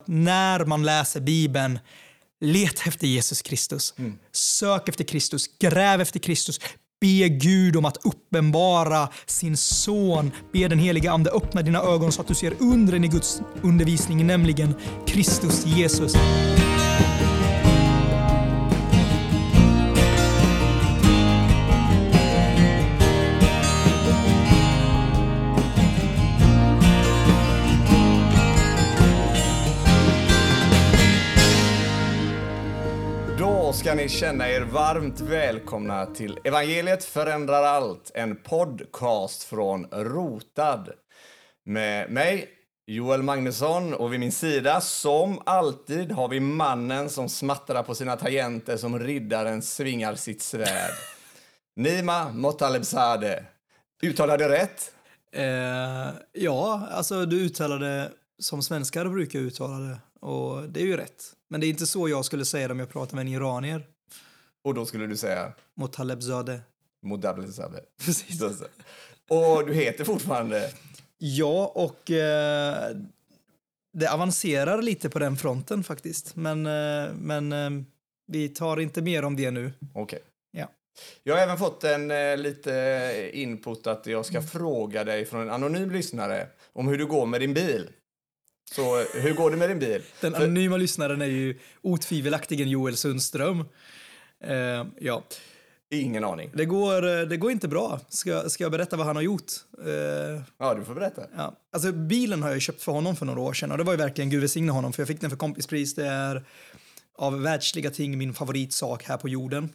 när man läser Bibeln, leta efter Jesus Kristus. Sök efter Kristus, gräv efter Kristus. Be Gud om att uppenbara sin son. Be den heliga ande öppna dina ögon så att du ser undren i Guds undervisning, nämligen Kristus Jesus. Ska ni känna er varmt välkomna till Evangeliet förändrar allt, en podcast från Rotad. Med mig, Joel Magnusson, och vid min sida, som alltid, har vi mannen som smattrar på sina tangenter som riddaren svingar sitt svärd. Nima Mottalebzadeh. Uttalade rätt? Ja, alltså du uttalade som svenskar brukar uttala det. Och det är ju rätt. Men det är inte så jag skulle säga det om jag pratar med en iranier. Och då skulle du säga? Mottalebzadeh. Mottalebzadeh. Precis. Och du heter fortfarande? Ja, och det avancerar lite på den fronten faktiskt. Men vi tar inte mer om det nu. Okej. Ja. Jag har även fått en lite input att jag ska fråga dig från en anonym lyssnare om hur det går med din bil. Så hur går det med din bil? Den anonyma lyssnaren är ju otvivelaktigen Joel Sundström. Ja. Ingen aning. Det går inte bra. Ska jag berätta vad han har gjort? Ja, du får berätta. Ja. Alltså, bilen har jag köpt för honom för några år sedan. Och det var ju verkligen Gud välsigne honom. För jag fick den för kompispris. Det är av världsliga ting min favoritsak här på jorden.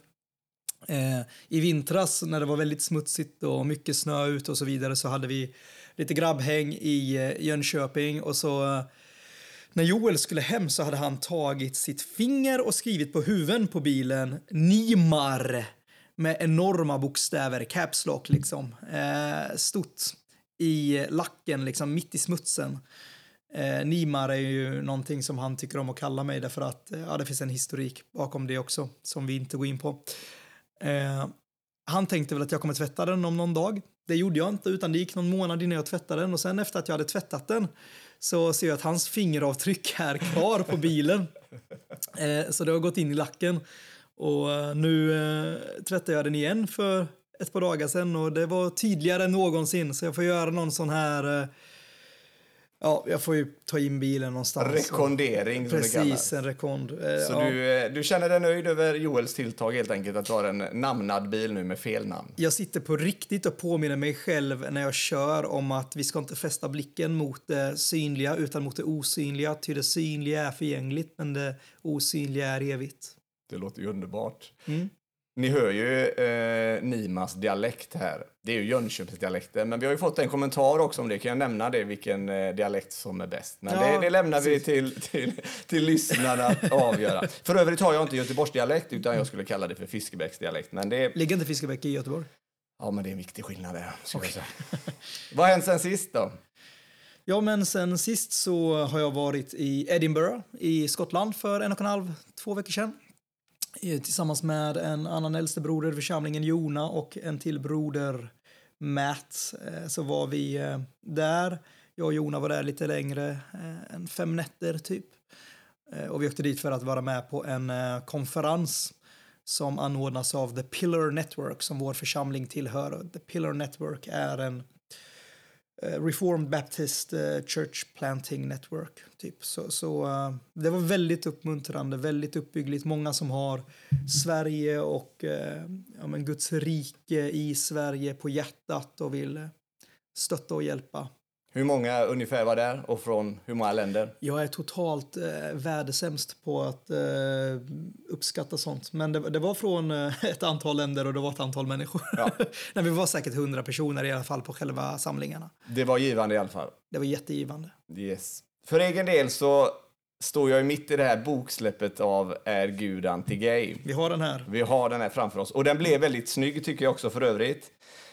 I vintras när det var väldigt smutsigt och mycket snö ut och så vidare, så hade vi lite grabbhäng i Jönköping. Och så när Joel skulle hem så hade han tagit sitt finger och skrivit på huven på bilen Nimar med enorma bokstäver, caps lock liksom, stort i lacken liksom, mitt i smutsen. Nimar är ju någonting som han tycker om att kalla mig, därför att det finns en historik bakom det också som vi inte går in på. Han tänkte väl att jag kommer tvätta den om någon dag. Det gjorde jag inte, utan det gick någon månad innan jag tvättade den. Och sen efter att jag hade tvättat den så ser jag att hans fingeravtryck är kvar på bilen. Så det har gått in i lacken. Och nu tvättade jag den igen för ett par dagar sedan. Och det var tydligare än någonsin. Så jag får göra någon sån här... Ja, jag får ju ta in bilen någonstans. Rekondering. Precis, en rekond. Så ja. Du känner dig nöjd över Joels tilltag helt enkelt, att vara en namnad bil nu med fel namn? Jag sitter på riktigt och påminner mig själv när jag kör om att vi ska inte fästa blicken mot det synliga utan mot det osynliga. Ty det synliga är förgängligt, men det osynliga är evigt. Det låter ju underbart. Mm. Ni hör ju Nimas dialekt här. Det är ju Jönköpingsdialekten. Men vi har ju fått en kommentar också om det. Kan jag nämna det, vilken dialekt som är bäst? Men ja, det lämnar vi till lyssnarna att avgöra. För övrigt har jag inte Göteborgsdialekt, utan jag skulle kalla det för Fiskebäcksdialekt. Men det... Ligger inte Fiskebäck i Göteborg? Ja, men det är en viktig skillnad där. Okay. Vad har hänt sen sist då? Ja, men sen sist så har jag varit i Edinburgh i Skottland för 1,5-2 veckor sedan. Tillsammans med en annan äldste broder i församlingen, Jona, och en till broder, Matt, så var vi där. Jag och Jona var där lite längre, än 5 nätter typ. Och vi åkte dit för att vara med på en konferens som anordnas av The Pillar Network, som vår församling tillhör. The Pillar Network är en Reformed Baptist Church Planting Network typ. Så det var väldigt uppmuntrande, väldigt uppbyggligt. Många som har Sverige och Guds rike i Sverige på hjärtat och vill stötta och hjälpa. Hur många ungefär var där och från hur många länder? Jag är totalt värdesämst på att uppskatta sånt. Men det var från ett antal länder och det var ett antal människor. Ja. Nej, vi var säkert 100 personer i alla fall på själva samlingarna. Det var givande i alla fall. Det var jättegivande. Yes. För egen del så står jag mitt i det här boksläppet av Är Gud anti-gay. Vi har den här. Vi har den här framför oss. Och den blev väldigt snygg tycker jag också för övrigt.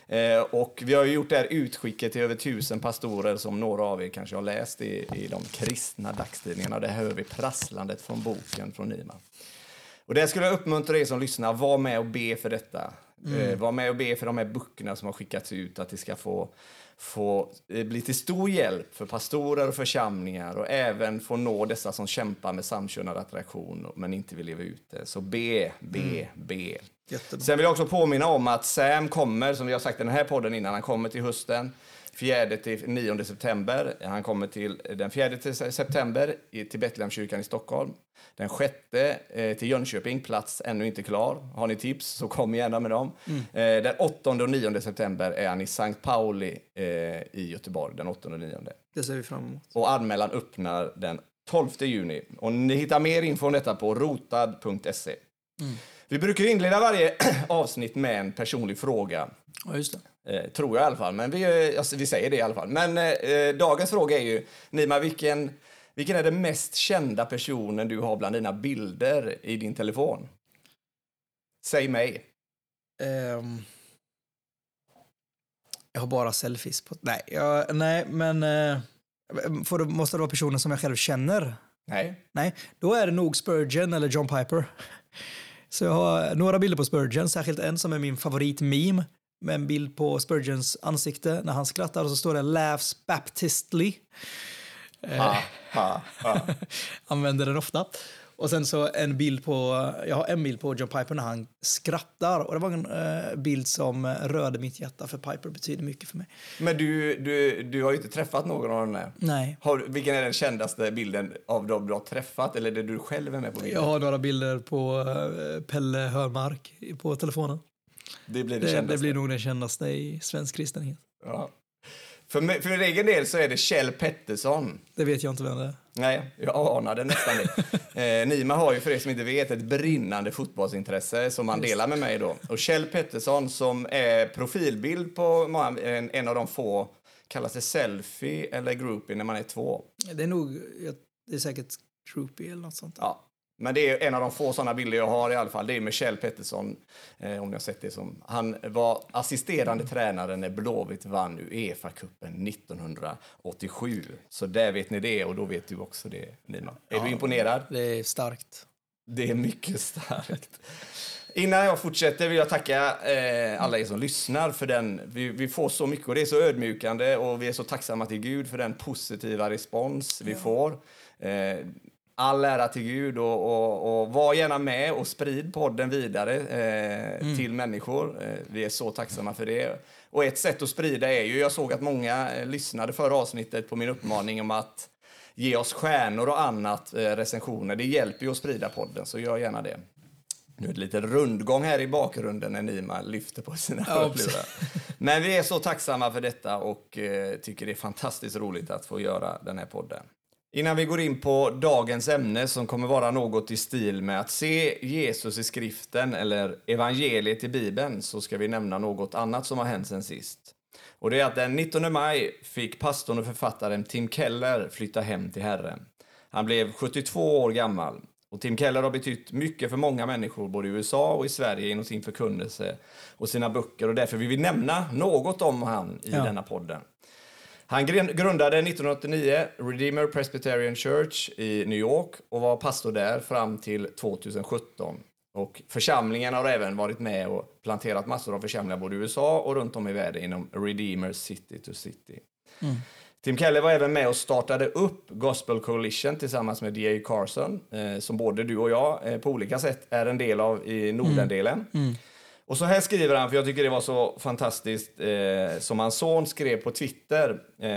Och vi har ju gjort det här utskicket till över 1000 pastorer som några av er kanske har läst i de kristna dagstidningarna. Där hör vi prasslandet från boken från Nima. Och det skulle jag uppmuntra er som lyssnar, var med och be för detta. Var med och be för de här böckerna som har skickats ut, att det ska få bli till stor hjälp för pastorer och församlingar och även få nå dessa som kämpar med samkönad attraktion men inte vill leva ut det. Så be. Jättebra. Sen vill jag också påminna om att Sam kommer, som vi har sagt i den här podden innan, han kommer till hösten 4-9 september. Han kommer till den 4 september till Betlehemskyrkan i Stockholm. Den 6 till Jönköping, plats ännu inte klar. Har ni tips så kom gärna med dem. Den 8 och 9 september är han i Sankt Pauli i Göteborg, den 8 och 9. Det ser vi fram emot. Och anmälan öppnar den 12 juni. Och ni hittar mer info om detta på rotad.se. Vi brukar inleda varje avsnitt med en personlig fråga. Ja, just det. Tror jag i alla fall, men vi säger det i alla fall. Men dagens fråga är ju, Nima, vilken är den mest kända personen du har bland dina bilder i din telefon? Säg mig. Jag har bara selfies på... Nej, men... måste det vara personer som jag själv känner? Nej, då är det nog Spurgeon eller John Piper. Så jag har några bilder på Spurgeon, särskilt en som är min favoritmeme, med en bild på Spurgeons ansikte när han skrattar och så står det laughs baptistly. Använder den ofta. Och sen så jag har en bild på John Piper när han skrattar. Och det var en bild som rörde mitt hjärta, för Piper betyder mycket för mig. Men du har ju inte träffat någon av dem där. Nej. Vilken är den kändaste bilden av dem du har träffat, eller det du själv är med på bilden? Jag har några bilder på Pelle Hörmark på telefonen. Det blir nog den kändaste i svensk kristenhet. Ja. För egen del så är det Kjell Pettersson. Det vet jag inte vem det är. Nej, jag anade nästan det. Nima har ju, för er som inte vet, ett brinnande fotbollsintresse som han delar med mig då. Och Kjell Pettersson, som är profilbild på en av de få, kallas det selfie eller groupie när man är 2. Det är säkert groupie eller något sånt. Ja. Men det är en av de få sådana bilder jag har i alla fall. Det är med Kjell Pettersson, om ni har sett det som. Han var assisterande tränare när Blåvitt vann UEFA-cupen 1987. Så där vet ni det, och då vet du också det, Nima. Är du imponerad? Det är starkt. Det är mycket starkt. Innan jag fortsätter vill jag tacka alla er som lyssnar för den. Vi får så mycket och det är så ödmjukande, och vi är så tacksamma till Gud för den positiva respons vi får. All ära till Gud, och var gärna med och sprid podden vidare till människor. Vi är så tacksamma för det. Och ett sätt att sprida är ju, jag såg att många lyssnade förra avsnittet på min uppmaning om att ge oss stjärnor och annat, recensioner. Det hjälper ju att sprida podden, så gör gärna det. Nu är det lite rundgång här i bakgrunden när Nima lyfter på sina hörlurar. Men vi är så tacksamma för detta och tycker det är fantastiskt roligt att få göra den här podden. Innan vi går in på dagens ämne, som kommer vara något i stil med att se Jesus i skriften eller evangeliet i Bibeln, så ska vi nämna något annat som har hänt sen sist. Och det är att den 19 maj fick pastorn och författaren Tim Keller flytta hem till Herren. Han blev 72 år gammal. Och Tim Keller har betytt mycket för många människor både i USA och i Sverige genom sin förkunnelse och sina böcker. Och därför vill vi nämna något om han i denna podden. Han grundade 1989 Redeemer Presbyterian Church i New York och var pastor där fram till 2017. Och församlingen har även varit med och planterat massor av församlingar både i USA och runt om i världen inom Redeemer City to City. Tim Keller var även med och startade upp Gospel Coalition tillsammans med D.A. Carson, som både du och jag på olika sätt är en del av i Nordendelen. Och så här skriver han, för jag tycker det var så fantastiskt, som hans son skrev på Twitter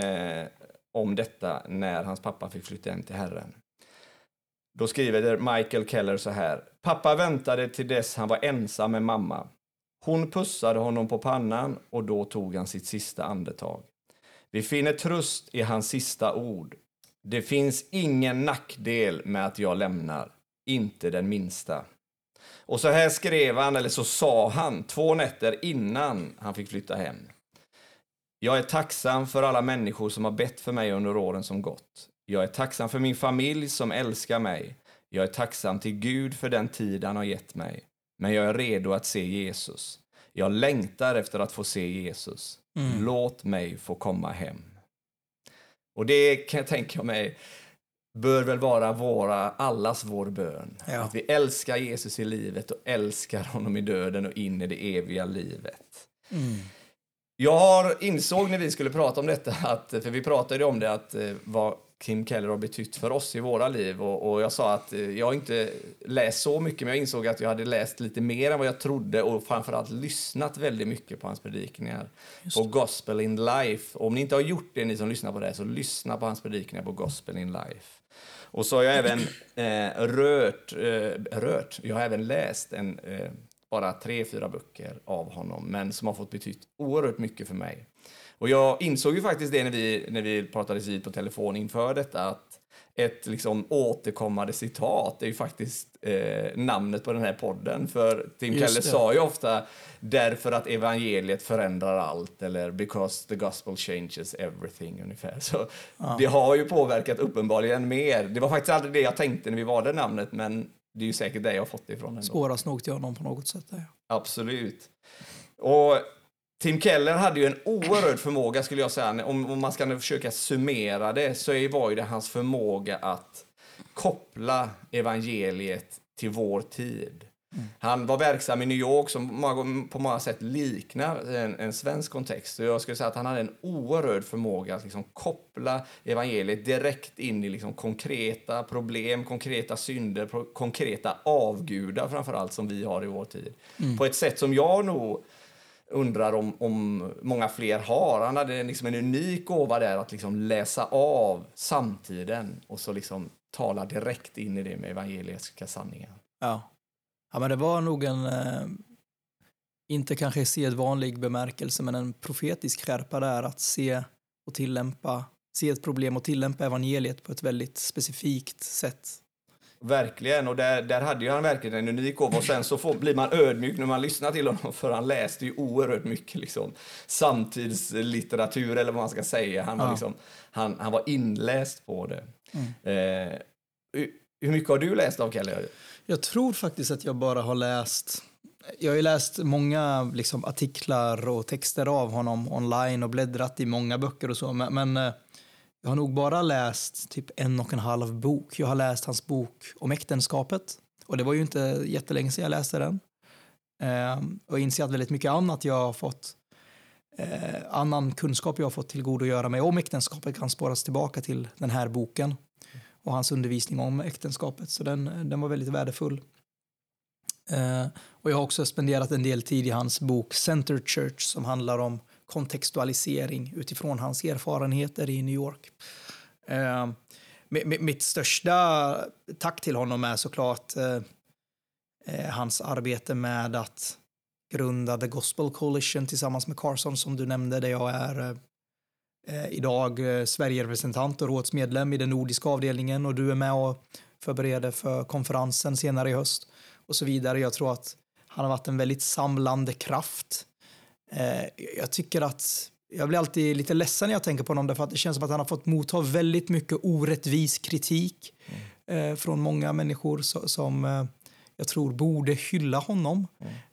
om detta när hans pappa fick flytta hem till Herren. Då skriver Michael Keller så här: pappa väntade till dess han var ensam med mamma. Hon pussade honom på pannan och då tog han sitt sista andetag. Vi finner tröst i hans sista ord. Det finns ingen nackdel med att jag lämnar, inte den minsta. Och så här skrev han, eller så sa han 2 nätter innan han fick flytta hem. Jag är tacksam för alla människor som har bett för mig under åren som gått. Jag är tacksam för min familj som älskar mig. Jag är tacksam till Gud för den tid han har gett mig. Men jag är redo att se Jesus. Jag längtar efter att få se Jesus. Låt mig få komma hem. Och det kan jag tänka mig bör väl vara allas vår bön. Ja. Att vi älskar Jesus i livet och älskar honom i döden och in i det eviga livet. Jag insåg när vi skulle prata om detta, för vi pratade om det, att vad Tim Keller har betytt för oss i våra liv. Och jag sa att jag inte läst så mycket, men jag insåg att jag hade läst lite mer än vad jag trodde och framförallt lyssnat väldigt mycket på hans predikningar. På Gospel in Life. Och om ni inte har gjort det, ni som lyssnar på det, så lyssna på hans predikningar på Gospel in Life. Och så har jag även jag har även läst bara 3-4 böcker av honom, men som har fått betytt oerhört mycket för mig. Och jag insåg ju faktiskt det när vi pratades vid på telefon inför detta, att ett liksom återkommande citat är ju faktiskt namnet på den här podden. För Tim Keller sa ju ofta därför att evangeliet förändrar allt, eller because the gospel changes everything ungefär. Så det har ju påverkat uppenbarligen mer. Det var faktiskt aldrig det jag tänkte när vi valde namnet, men det är ju säkert det jag har fått ifrån. Spåras nog till honom på något sätt. Där. Absolut. Och Tim Keller hade ju en oerhörd förmåga, skulle jag säga. Om man ska försöka summera det, så var ju det hans förmåga att koppla evangeliet till vår tid. Han var verksam i New York, som på många sätt liknar en svensk kontext. Så jag skulle säga att han hade en oerhörd förmåga att liksom koppla evangeliet direkt in i liksom konkreta problem, konkreta synder, konkreta avgudar framförallt, som vi har i vår tid. På ett sätt som jag nog undrar om många fler har. Han hade liksom en unik gåva där att liksom läsa av samtiden och så liksom tala direkt in i det med evangeliska sanningar. Ja, men det var nog en, inte kanske i sedvanlig bemärkelse, men en profetisk skärpa där att se ett problem och tillämpa evangeliet på ett väldigt specifikt sätt. Verkligen, och där hade ju han verkligen en unik gåva, och sen så blir man ödmjuk när man lyssnar till honom, för han läste ju oerhört mycket liksom samtidslitteratur, eller vad man ska säga. Han var liksom, han var inläst på det. Hur mycket har du läst av Keller? Jag tror faktiskt att jag bara har läst många liksom artiklar och texter av honom online och bläddrat i många böcker och så, men jag har nog bara läst typ 1,5 bok. Jag har läst hans bok om äktenskapet. Och det var ju inte jättelänge sedan jag läste den. Och inser att väldigt mycket annat jag har fått, annan kunskap jag har fått tillgodogöra mig om äktenskapet kan spåras tillbaka till den här boken. Och hans undervisning om äktenskapet. Så den var väldigt värdefull. Och jag har också spenderat en del tid i hans bok Center Church, som handlar om kontextualisering utifrån hans erfarenheter i New York. Mitt största tack till honom är såklart hans arbete med att grunda The Gospel Coalition tillsammans med Carson, som du nämnde, där jag är idag Sverige-representant och rådsmedlem i den nordiska avdelningen, och du är med och förbereder för konferensen senare i höst och så vidare. Jag tror att han har varit en väldigt samlande kraft. Jag tycker att jag blir alltid lite ledsen när jag tänker på honom, därför att det känns som att han har fått motta väldigt mycket orättvis kritik från många människor som jag tror borde hylla honom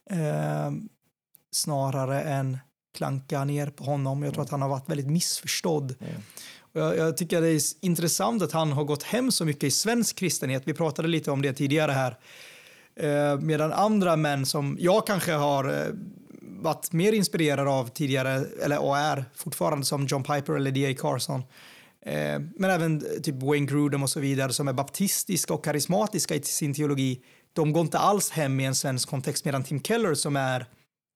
snarare än klanka ner på honom. Jag tror att han har varit väldigt missförstådd. Och jag tycker det är intressant att han har gått hem så mycket i svensk kristenhet. Vi pratade lite om det tidigare här. Medan andra män som jag kanske har varit mer inspirerad av tidigare, och är fortfarande, som John Piper eller D.A. Carson, men även typ Wayne Grudem och så vidare, som är baptistiska och karismatiska i sin teologi, de går inte alls hem i en svensk kontext, medan Tim Keller, som är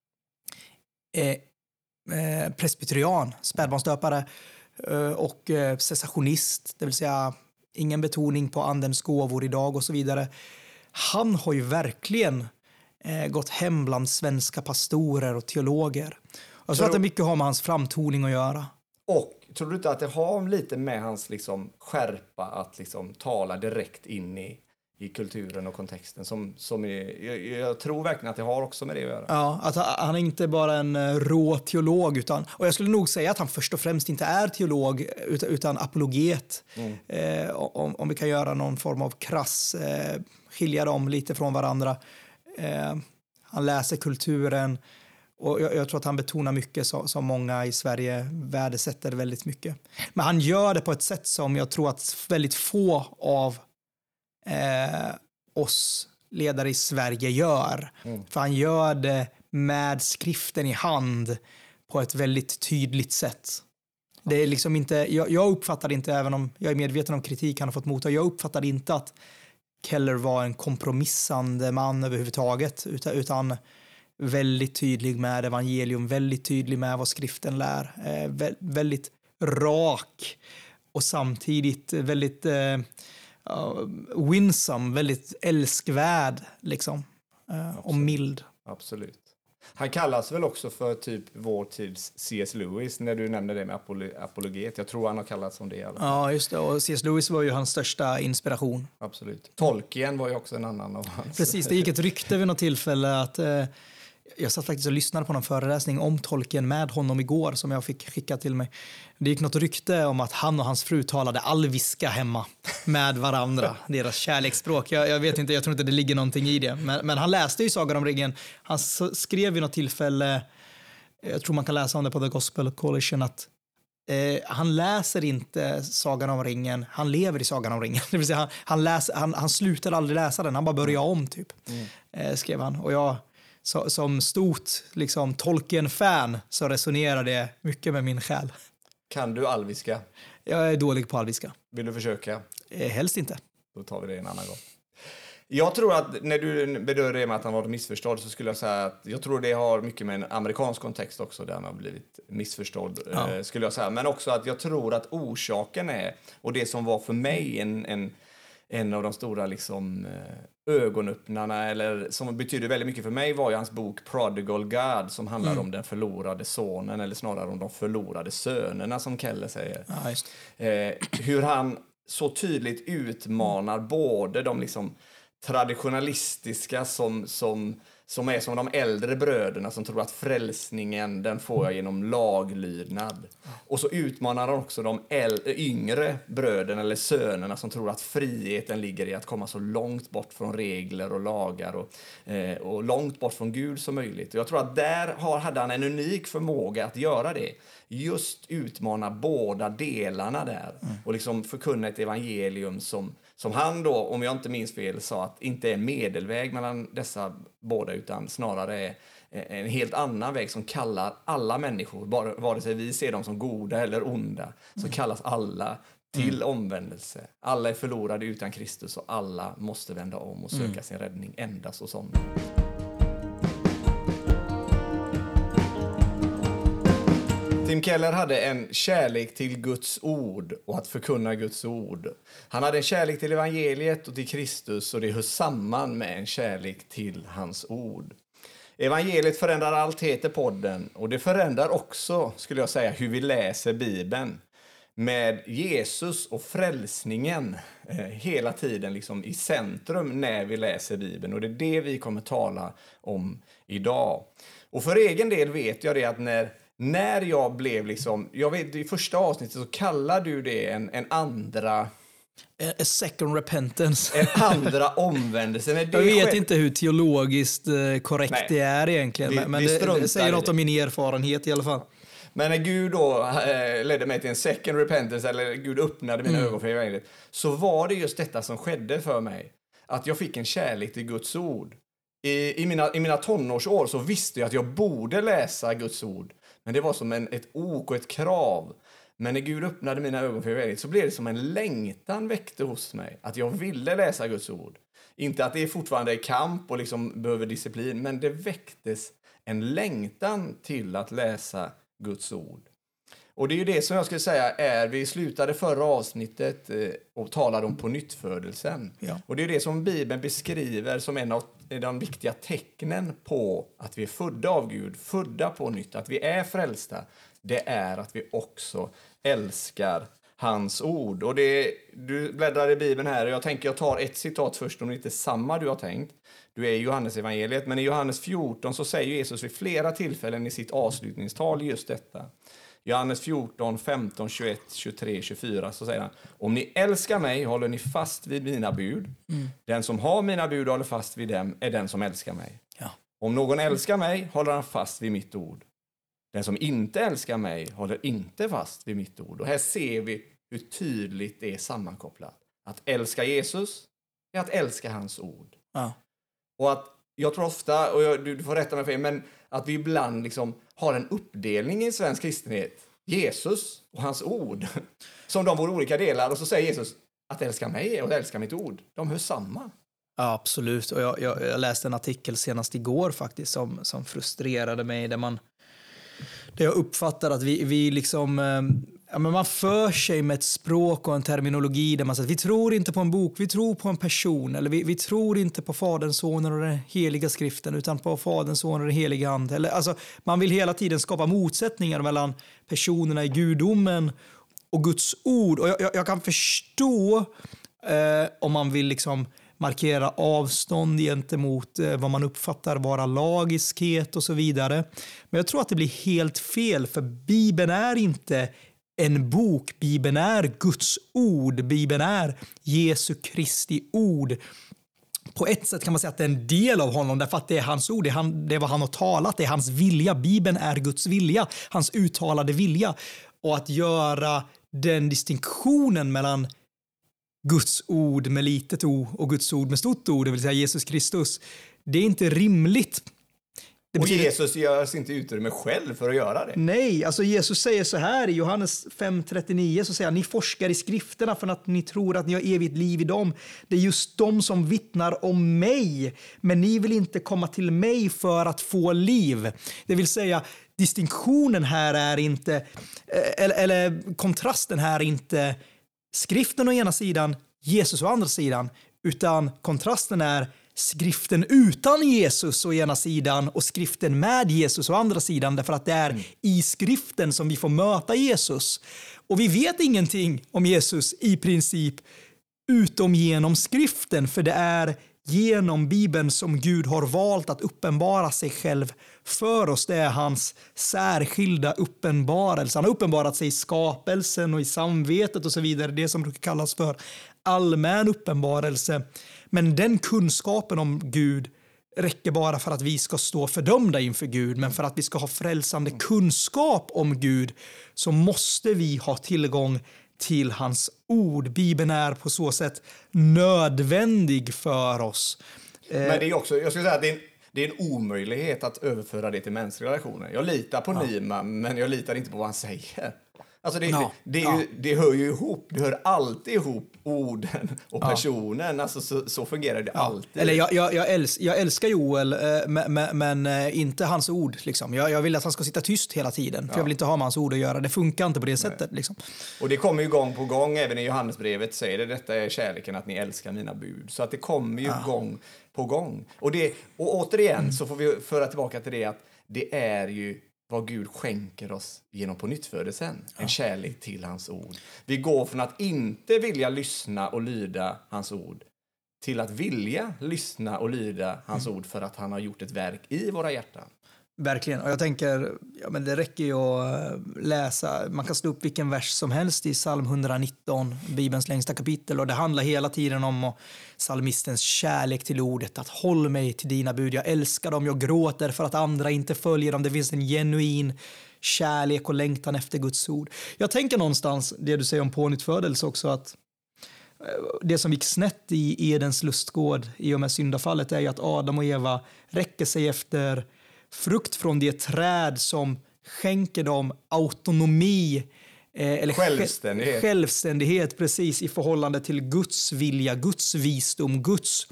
presbyterian, spädbarnsdöpare och cessationist, det vill säga ingen betoning på andens gåvor idag och så vidare, han har ju verkligen gått hem bland svenska pastorer och teologer. Jag tror att det mycket har med hans framtoning att göra. Och tror du inte att det har lite med hans liksom skärpa att liksom tala direkt in i kulturen och kontexten? Jag tror verkligen att det har också med det att göra. Ja, att han är inte bara en rå teolog, och jag skulle nog säga att han först och främst inte är teolog utan apologet. Om vi kan göra någon form av krass, skilja dem lite från varandra. Han läser kulturen Och jag tror att han betonar mycket som många i Sverige värdesätter väldigt mycket. Men han gör det på ett sätt som jag tror att väldigt få av oss ledare i Sverige gör. För han gör det med skriften i hand på ett väldigt tydligt sätt. Det är liksom inte, jag uppfattar inte, även om jag är medveten om kritik han har fått motta, jag uppfattar inte att Keller var en kompromissande man överhuvudtaget, utan väldigt tydlig med evangelium, väldigt tydlig med vad skriften lär, väldigt rak och samtidigt väldigt winsome, väldigt älskvärd liksom, och mild. Absolut. Han kallas väl också för typ vår tids C.S. Lewis, när du nämnde det med apologet. Jag tror han har kallats som det. Ja, just det. Och C.S. Lewis var ju hans största inspiration. Absolut. Tolkien var ju också en annan av hans. Precis, det gick ett rykte vid något tillfälle att jag satt faktiskt och lyssnade på någon föreläsning om Tolkien med honom igår som jag fick skicka till mig. Det gick något rykte om att han och hans fru talade alviska hemma med varandra, deras kärleksspråk. Jag vet inte, jag tror inte det ligger någonting i det. Men han läste ju Sagan om ringen. Han skrev vid något tillfälle, jag tror man kan läsa om det på The Gospel Coalition, att han läser inte Sagan om ringen, han lever i Sagan om ringen. Det vill säga han slutar aldrig läsa den, han bara börjar om typ, skrev han. Och jag som stort liksom, Tolkien-fan så resonerar det mycket med min själ. Kan du alviska? Jag är dålig på alviska. Vill du försöka? Helst inte. Då tar vi det en annan gång. Jag tror att när du bedömer det med att han var missförstådd så skulle jag säga att jag tror det har mycket med en amerikansk kontext också där han har blivit missförstådd, skulle jag säga. Men också att jag tror att orsaken är, och det som var för mig en av de stora liksom, ögonöppnarna, eller som betyder väldigt mycket för mig, var ju hans bok Prodigal God, som handlar om den förlorade sonen, eller snarare om de förlorade sönerna som Keller säger. Ja, just. Hur han så tydligt utmanar både de liksom traditionalistiska som är som de äldre bröderna som tror att frälsningen den får jag genom laglydnad. Och så utmanar han också de yngre bröderna eller sönerna som tror att friheten ligger i att komma så långt bort från regler och lagar och långt bort från Gud som möjligt. Och jag tror att där hade han en unik förmåga att göra det. Just utmana båda delarna där och liksom förkunna ett evangelium som han då, om jag inte minns fel, sa att inte är medelväg mellan dessa båda utan snarare är en helt annan väg som kallar alla människor, vare sig vi ser dem som goda eller onda, så kallas alla till omvändelse. Alla är förlorade utan Kristus och alla måste vända om och söka sin räddning endast hos honom. Tim Keller hade en kärlek till Guds ord och att förkunna Guds ord. Han hade en kärlek till evangeliet och till Kristus, och det hör samman med en kärlek till hans ord. Evangeliet förändrar allt, heter podden, och det förändrar också, skulle jag säga, hur vi läser Bibeln. Med Jesus och frälsningen hela tiden liksom i centrum när vi läser Bibeln, och det är det vi kommer tala om idag. Och för egen del vet jag det att när jag blev liksom, jag vet i första avsnittet så kallar du det en andra... A second repentance. En andra omvändelse. Jag vet inte hur teologiskt korrekt det är egentligen, men det säger något om min erfarenhet i alla fall. Men när Gud då ledde mig till en second repentance, eller Gud öppnade mina ögon för evangeliet, så var det just detta som skedde för mig. Att jag fick en kärlek till Guds ord. I mina tonårsår så visste jag att jag borde läsa Guds ord. Men det var som ett ok och ett krav. Men när Gud öppnade mina ögon för evangeliet så blev det som en längtan väckte hos mig. Att jag ville läsa Guds ord. Inte att det fortfarande är kamp och liksom behöver disciplin. Men det väcktes en längtan till att läsa Guds ord. Och det är ju det som jag skulle säga vi slutade förra avsnittet och talade om pånyttfödelsen. Ja. Och det är det som Bibeln beskriver som en av de viktiga tecknen på att vi är födda av Gud, födda på nytt, att vi är frälsta. Det är att vi också älskar hans ord. Och du bläddrar i Bibeln här, och jag tar ett citat först om det inte är samma du har tänkt. Du är i Johannes evangeliet, men i Johannes 14 så säger Jesus vid flera tillfällen i sitt avslutningstal just detta. Johannes 14, 15, 21, 23, 24 så säger han: om ni älskar mig håller ni fast vid mina bud. Den som har mina bud och håller fast vid dem är den som älskar mig. Ja. Om någon älskar mig håller han fast vid mitt ord. Den som inte älskar mig håller inte fast vid mitt ord. Och här ser vi hur tydligt det är sammankopplat. Att älska Jesus är att älska hans ord. Ja. Och att jag tror ofta, och du får rätta mig fel, men att vi ibland liksom har en uppdelning i svensk kristenhet. Jesus och hans ord. Som de vore olika delar. Och så säger Jesus att älska mig och att älska mitt ord. De hör samman. Ja, absolut. Och jag läste en artikel senast igår faktiskt som frustrerade mig. Där jag uppfattar att vi liksom... men man för sig med ett språk och en terminologi där man säger vi tror inte på en bok, vi tror på en person. Eller vi tror inte på Fadern, Sonen och den heliga skriften utan på Fadern, Sonen och den heliga ande. Eller, alltså, man vill hela tiden skapa motsättningar mellan personerna i gudomen och Guds ord. Och jag kan förstå om man vill liksom markera avstånd gentemot vad man uppfattar vara lagiskhet och så vidare. Men jag tror att det blir helt fel, för Bibeln är inte en bok. Bibeln är Guds ord. Bibeln är Jesu Kristi ord. På ett sätt kan man säga att det är en del av honom därför att det är hans ord, det är vad han har talat, det är hans vilja. Bibeln är Guds vilja, hans uttalade vilja. Och att göra den distinktionen mellan Guds ord med litet o och Guds ord med stort o, det vill säga Jesus Kristus, det är inte rimligt. Och Jesus gör sig inte utrymme själv för att göra det. Nej, alltså Jesus säger så här i Johannes 5:39, så säger han, ni forskar i skrifterna för att ni tror att ni har evigt liv i dem. Det är just de som vittnar om mig, men ni vill inte komma till mig för att få liv. Det vill säga, distinktionen här är inte, eller kontrasten här är inte skriften å ena sidan, Jesus å andra sidan, utan kontrasten är skriften utan Jesus å ena sidan och skriften med Jesus å andra sidan, därför att det är i skriften som vi får möta Jesus. Och vi vet ingenting om Jesus i princip utom genom skriften, för det är genom Bibeln som Gud har valt att uppenbara sig själv för oss. Det är hans särskilda uppenbarelse. Han har uppenbarat sig i skapelsen och i samvetet och så vidare. Det som brukar kallas för allmän uppenbarelse. Men den kunskapen om Gud räcker bara för att vi ska stå fördömda inför Gud. Men för att vi ska ha frälsande kunskap om Gud så måste vi ha tillgång till hans ord. Bibeln är på så sätt nödvändig för oss. Men det är också, jag skulle säga att det är en omöjlighet att överföra det till mänskliga relationer. Jag litar på Nima, men jag litar inte på vad han säger. Alltså det hör ju ihop. Det hör alltid ihop orden och personen. Alltså så fungerar det alltid. Eller jag älskar Joel, men inte hans ord. Liksom. Jag vill att han ska sitta tyst hela tiden. För jag vill inte ha med hans ord att göra. Det funkar inte på det sättet. Liksom. Och det kommer ju gång på gång. Även i Johannesbrevet säger det. Detta är kärleken, att ni älskar mina bud. Så att det kommer ju gång på gång. Och återigen så får vi föra tillbaka till det att det är ju vad Gud skänker oss genom på nyttfödelsen. En kärlek till hans ord. Vi går från att inte vilja lyssna och lyda hans ord till att vilja lyssna och lyda hans ord för att han har gjort ett verk i våra hjärtan. Verkligen. Och jag tänker, men det räcker ju att läsa. Man kan slå upp vilken vers som helst i psalm 119, Bibelns längsta kapitel. Och det handlar hela tiden om psalmistens kärlek till ordet. Att håll mig till dina bud. Jag älskar dem, jag gråter för att andra inte följer dem. Det finns en genuin kärlek och längtan efter Guds ord. Jag tänker någonstans, det du säger om pånyttfödelse också, att det som gick snett i Edens lustgård i och med syndafallet är ju att Adam och Eva räcker sig efter frukt från det träd som skänker dem autonomi eller självständighet precis i förhållande till Guds vilja, Guds visdom, Guds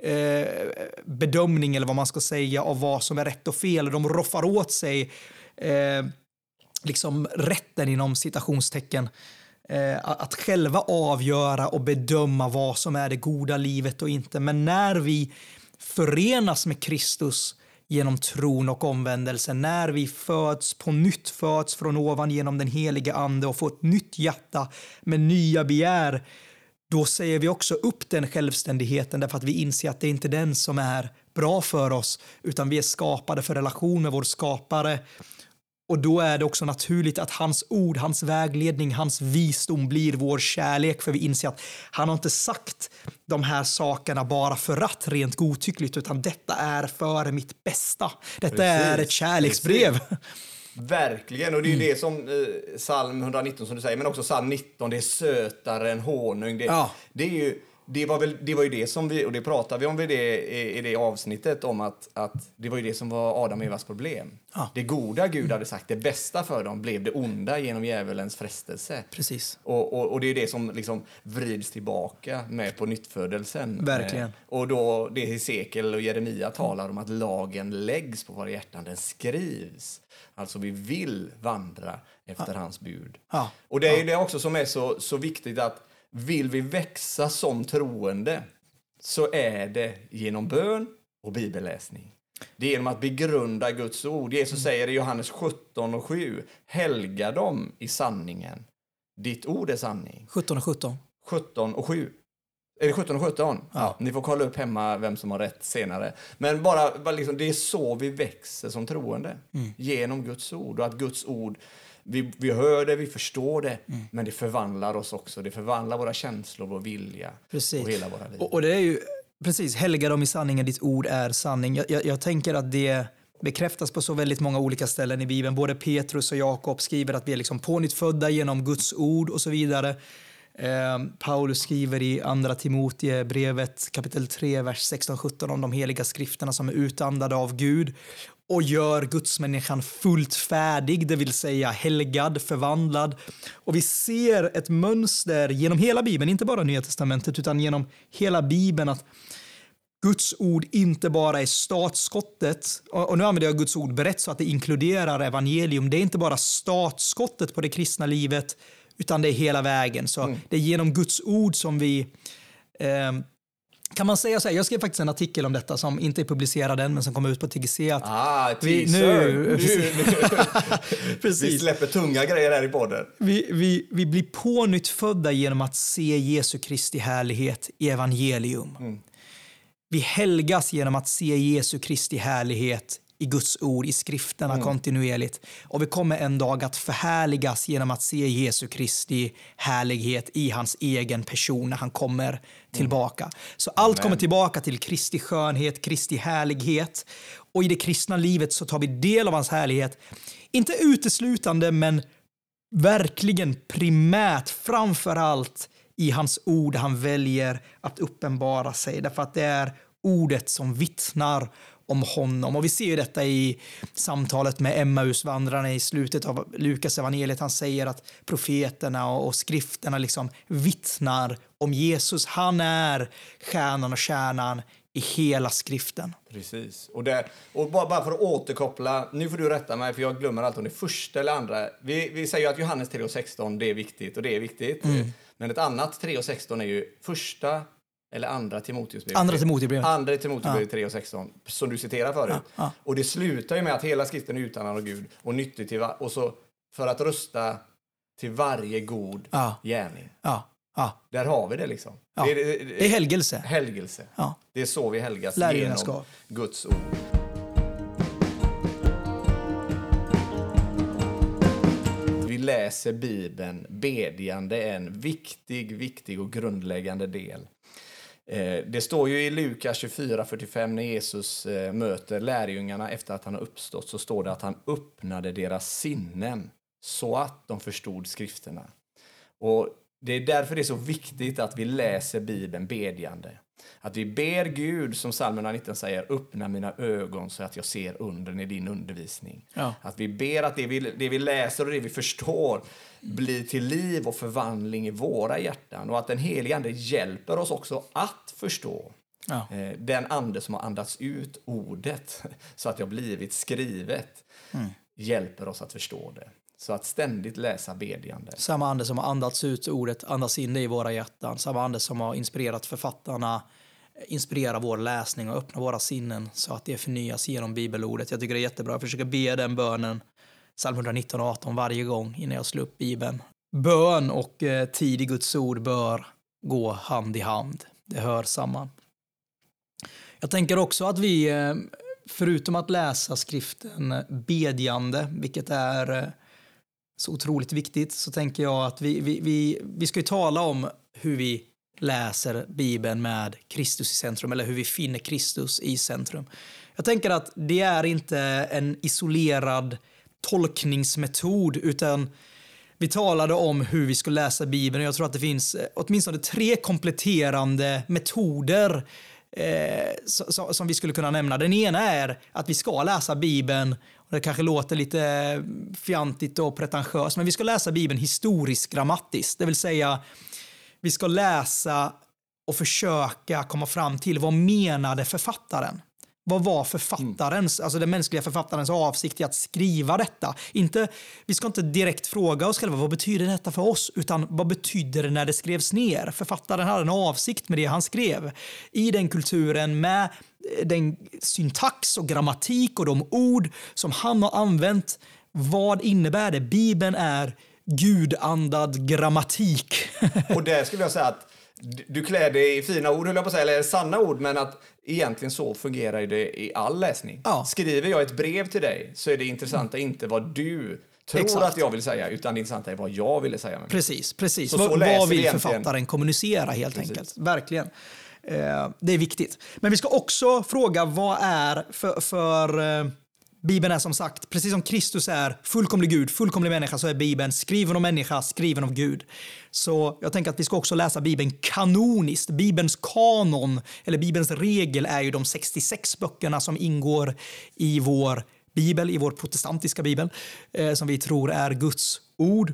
bedömning eller vad man ska säga av vad som är rätt och fel. De roffar åt sig liksom rätten inom citationstecken att själva avgöra och bedöma vad som är det goda livet och inte. Men när vi förenas med Kristus genom tron och omvändelsen, när vi föds på nytt, föds från ovan genom den heliga ande och får ett nytt hjärta med nya begär, då säger vi också upp den självständigheten därför att vi inser att det inte är den som är bra för oss, utan vi är skapade för relation med vår skapare Och då är det också naturligt att hans ord, hans vägledning, hans visdom blir vår kärlek. För vi inser att han har inte sagt de här sakerna bara för att rent godtyckligt, utan detta är för mitt bästa. Detta är ett kärleksbrev. Precis. Verkligen, och det är ju det som psalm 119 som du säger, men också psalm 19, det är sötare än honung. Det var ju det som vi, och det pratade vi om i det avsnittet, om att det var ju det som var Adam och Evas problem. Ja. Det goda Gud hade sagt, det bästa för dem blev det onda genom djävulens frestelse. Precis. Och det är det som liksom vrids tillbaka med på nyttfödelsen. Verkligen. Och då det Hesekiel och Jeremia talar om att lagen läggs på våra hjärtan, den skrivs. Alltså vi vill vandra efter hans bud. Ja. Och det är ju det också som är så viktigt, att vill vi växa som troende, så är det genom bön och bibelläsning. Det är genom att begrunda Guds ord. Jesus säger i Johannes 17:7, helga dem i sanningen. Ditt ord är sanning. 17:17. 17:7. Är det 17 och 17? Ja. Ni får kolla upp hemma vem som har rätt senare. Men bara liksom, det är så vi växer som troende. Genom Guds ord. Och att Guds ord, vi hör det, vi förstår det. Men det förvandlar oss också. Det förvandlar våra känslor, vår vilja. Precis. Och hela våra liv. Och det är ju, precis, helga dem i sanningen, ditt ord är sanning. Jag tänker att det bekräftas på så väldigt många olika ställen i Bibeln. Både Petrus och Jakob skriver att vi är liksom pånyttfödda genom Guds ord och så vidare. Paulus skriver i andra Timoteusbrevet kapitel 3, vers 16-17 om de heliga skrifterna som är utandade av Gud och gör gudsmänniskan fullt färdig, det vill säga helgad, förvandlad. Och vi ser ett mönster genom hela Bibeln, inte bara Nya testamentet utan genom hela Bibeln, att Guds ord inte bara är startskottet, och nu använder jag Guds ord brett så att det inkluderar evangelium. Det är inte bara startskottet på det kristna livet, utan det är hela vägen. Så det är genom Guds ord som vi... kan man säga så här, jag skrev faktiskt en artikel om detta som inte är publicerad än, men som kommer ut på TGC. Att vi släpper tunga grejer här i podden. Vi blir pånyttfödda genom att se Jesu Kristi härlighet i evangelium. Vi helgas genom att se Jesu Kristi härlighet i Guds ord, i skrifterna kontinuerligt. Och vi kommer en dag att förhärligas genom att se Jesu Kristi härlighet i hans egen person när han kommer tillbaka. Så allt kommer tillbaka till Kristi skönhet, Kristi härlighet. Och i det kristna livet så tar vi del av hans härlighet. Inte uteslutande, men verkligen primärt, framför allt i hans ord han väljer att uppenbara sig. Därför att det är ordet som vittnar om honom. Och vi ser ju detta i samtalet med Emmausvandrarna i slutet av Lukas evangeliet. Han säger att profeterna och skrifterna liksom vittnar om Jesus. Han är stjärnan och kärnan i hela skriften. Precis. Och bara för att återkoppla, nu får du rätta mig för jag glömmer allt om det första eller andra. Vi säger ju att Johannes 3:16 det är viktigt och det är viktigt. Men ett annat 3:16 är ju första eller andra Timoteusbrevet. Andra Timoteusbrevet 3:16 som du citerar förut. Och det slutar ju med att hela skriften är utandad av Gud och nyttig till och så för att rösta till varje god gärning. Där har vi det liksom. Det är helgelse. Det är så vi helgas genom Guds ord. Vi läser Bibeln bedjande, en viktig och grundläggande del. Det står ju i Lukas 24:45 när Jesus möter lärjungarna efter att han har uppstått, så står det att han öppnade deras sinnen så att de förstod skrifterna. Och det är därför det är så viktigt att vi läser Bibeln bedjande. Att vi ber Gud, som psalm 19 säger, öppna mina ögon så att jag ser undren i din undervisning. Att vi ber att det vi läser och det vi förstår blir till liv och förvandling i våra hjärtan. Och att den helige ande hjälper oss också att förstå. Den ande som har andats ut ordet så att det har blivit skrivet hjälper oss att förstå det. Så att ständigt läsa bedjande. Samma ande som har andats ut ordet, andas in det i våra hjärtan. Samma ande som har inspirerat författarna, inspirera vår läsning och öppna våra sinnen så att det förnyas genom bibelordet. Jag tycker det är jättebra. Jag försöker be den bönen, psalm 119:18 varje gång innan jag slår upp Bibeln. Bön och tid i Guds ord bör gå hand i hand. Det hör samman. Jag tänker också att vi förutom att läsa skriften bedjande, vilket är så otroligt viktigt, så tänker jag att vi ska ju tala om hur vi läser Bibeln med Kristus i centrum, eller hur vi finner Kristus i centrum. Jag tänker att det är inte en isolerad tolkningsmetod, utan vi talade om hur vi ska läsa Bibeln, och jag tror att det finns åtminstone 3 kompletterande metoder som vi skulle kunna nämna. Den ena är att vi ska läsa Bibeln, och det kanske låter lite fjantigt och pretentiöst, men vi ska läsa Bibeln historiskt grammatiskt. Det vill säga, vi ska läsa och försöka komma fram till vad menade författaren. Vad var författarens, alltså den mänskliga författarens avsikt i att skriva detta? Vi ska inte direkt fråga oss själva vad betyder detta för oss, utan vad betyder det när det skrevs ner? Författaren hade en avsikt med det han skrev. I den kulturen, med den syntax och grammatik och de ord som han har använt, vad innebär det? Bibeln är gudandad grammatik. Och där skulle jag säga att du klär dig i fina ord, höll jag på att säga, eller sanna ord, men att egentligen så fungerar det i all läsning. Ja. Skriver jag ett brev till dig så är det intressanta inte vad du tror att jag vill säga, utan det intressanta är vad jag ville säga. Precis. Vad vill författaren kommunicera helt enkelt? Verkligen. Det är viktigt. Men vi ska också fråga vad är för Bibeln är som sagt, precis som Kristus är fullkomlig Gud, fullkomlig människa, så är Bibeln skriven av människa, skriven av Gud. Så jag tänker att vi ska också läsa Bibeln kanoniskt. Bibelns kanon, eller Bibelns regel, är ju de 66 böckerna som ingår i vår Bibel, i vår protestantiska Bibel, som vi tror är Guds ord.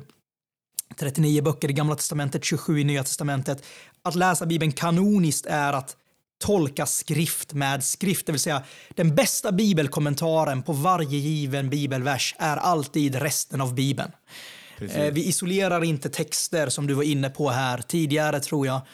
39 böcker i Gamla testamentet, 27 i Nya testamentet. Att läsa Bibeln kanoniskt är att tolka skrift med skrift, det vill säga den bästa bibelkommentaren på varje given bibelvers är alltid resten av Bibeln. Vi isolerar inte texter som du var inne på här tidigare, tror jag,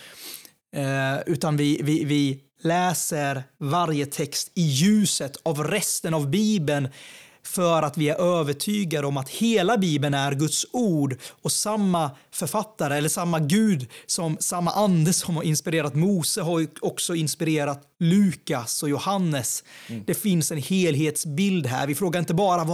utan vi läser varje text i ljuset av resten av Bibeln, för att vi är övertygade om att hela Bibeln är Guds ord, och samma författare eller samma Gud, samma ande som har inspirerat Mose har också inspirerat Lukas och Johannes. Det finns en helhetsbild här. Vi frågar inte bara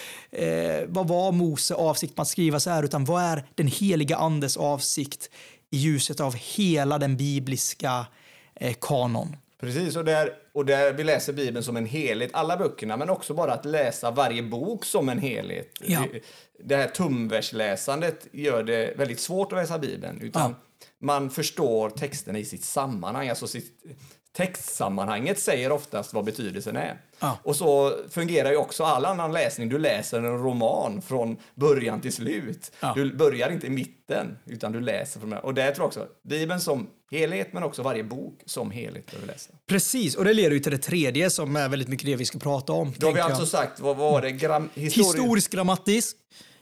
vad var Mose avsikt med att skriva så här, utan vad är den heliga andes avsikt i ljuset av hela den bibliska kanon. Precis, och där vi läser Bibeln som en helhet, alla böckerna, men också bara att läsa varje bok som en helhet. Ja. Det här tumversläsandet gör det väldigt svårt att läsa Bibeln, utan man förstår texterna i sitt sammanhang, alltså textsammanhanget säger oftast vad betydelsen är. Ja. Och så fungerar ju också all annan läsning. Du läser en roman från början till slut. Ja. Du börjar inte i mitten, utan du läser från början. Och det tror jag också, Bibeln som helhet, men också varje bok som helhet behöver läsa. Precis, och det leder ju till det tredje som är väldigt mycket det vi ska prata om. Då har vi alltså sagt, vad var det? Historisk grammatisk,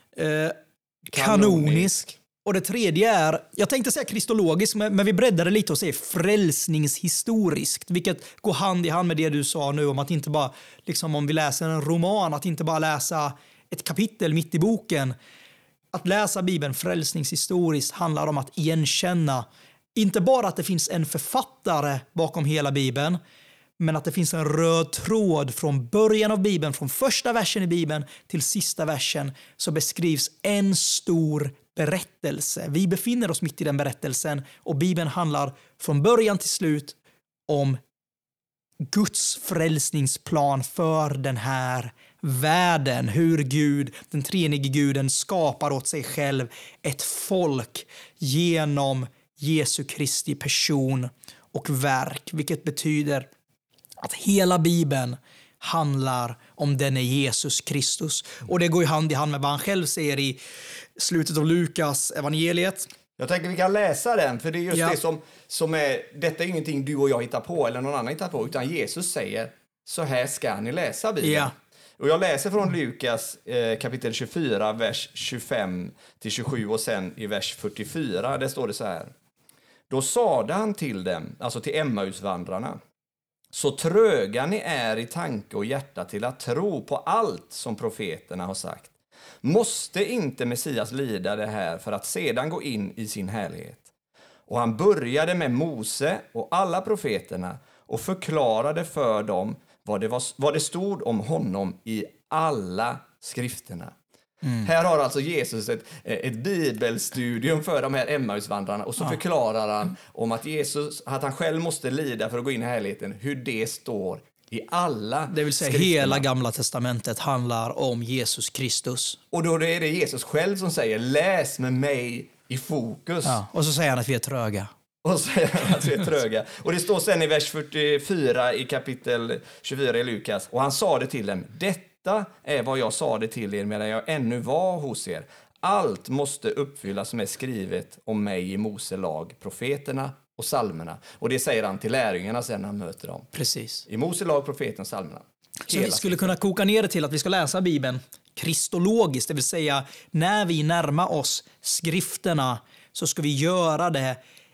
kanonisk. Och det tredje är, jag tänkte säga kristologisk, men vi breddade lite och säger frälsningshistoriskt, vilket går hand i hand med det du sa nu om att inte bara, liksom om vi läser en roman, att inte bara läsa ett kapitel mitt i boken. Att läsa Bibeln frälsningshistoriskt handlar om att igenkänna, inte bara att det finns en författare bakom hela Bibeln, men att det finns en röd tråd från början av Bibeln, från första versen i Bibeln till sista versen, så beskrivs en stor berättelse. Vi befinner oss mitt i den berättelsen, och Bibeln handlar från början till slut om Guds frälsningsplan för den här världen. Hur Gud, den treenige guden, skapar åt sig själv ett folk genom Jesu Kristi person och verk, vilket betyder att hela Bibeln handlar om denne Jesus Kristus. Och det går ju hand i hand med vad han själv säger i slutet av Lukas evangeliet. Jag tänker vi kan läsa den, för det är just det som är, detta är ingenting du och jag hittar på eller någon annan hittar på, utan Jesus säger, så här ska ni läsa Bibeln. Ja. Och jag läser från Lukas kapitel 24, vers 25-27 och sen i vers 44, där står det så här. Då sade han till dem, alltså till Emmausvandrarna, så tröga ni är i tanke och hjärta till att tro på allt som profeterna har sagt. Måste inte Messias lida det här för att sedan gå in i sin härlighet? Och han började med Mose och alla profeterna och förklarade för dem vad det stod om honom i alla skrifterna. Här har alltså Jesus ett bibelstudium för de här Emmausvandrarna, och så förklarar han om att Jesus, att han själv måste lida för att gå in i härligheten, hur det står i alla Det vill säga skrifterna. hela gamla testamentet handlar om Jesus Kristus. Och då är det Jesus själv som säger, läs med mig i fokus. Ja, och så säger han att vi är tröga. Och så säger han att vi är tröga. Och det står sen i vers 44 i kapitel 24 i Lukas. Och han sa det till dem, detta är vad jag sa det till er medan jag ännu var hos er. Allt måste uppfyllas som är skrivet om mig i Mose lag, profeterna och salmerna. Och det säger han till lärjungarna sen när han möter dem. Precis. I Mose lag, profeterna och salmerna. Så vi skulle kunna koka ner det till att vi ska läsa Bibeln kristologiskt, det vill säga när vi närmar oss skrifterna så ska vi göra det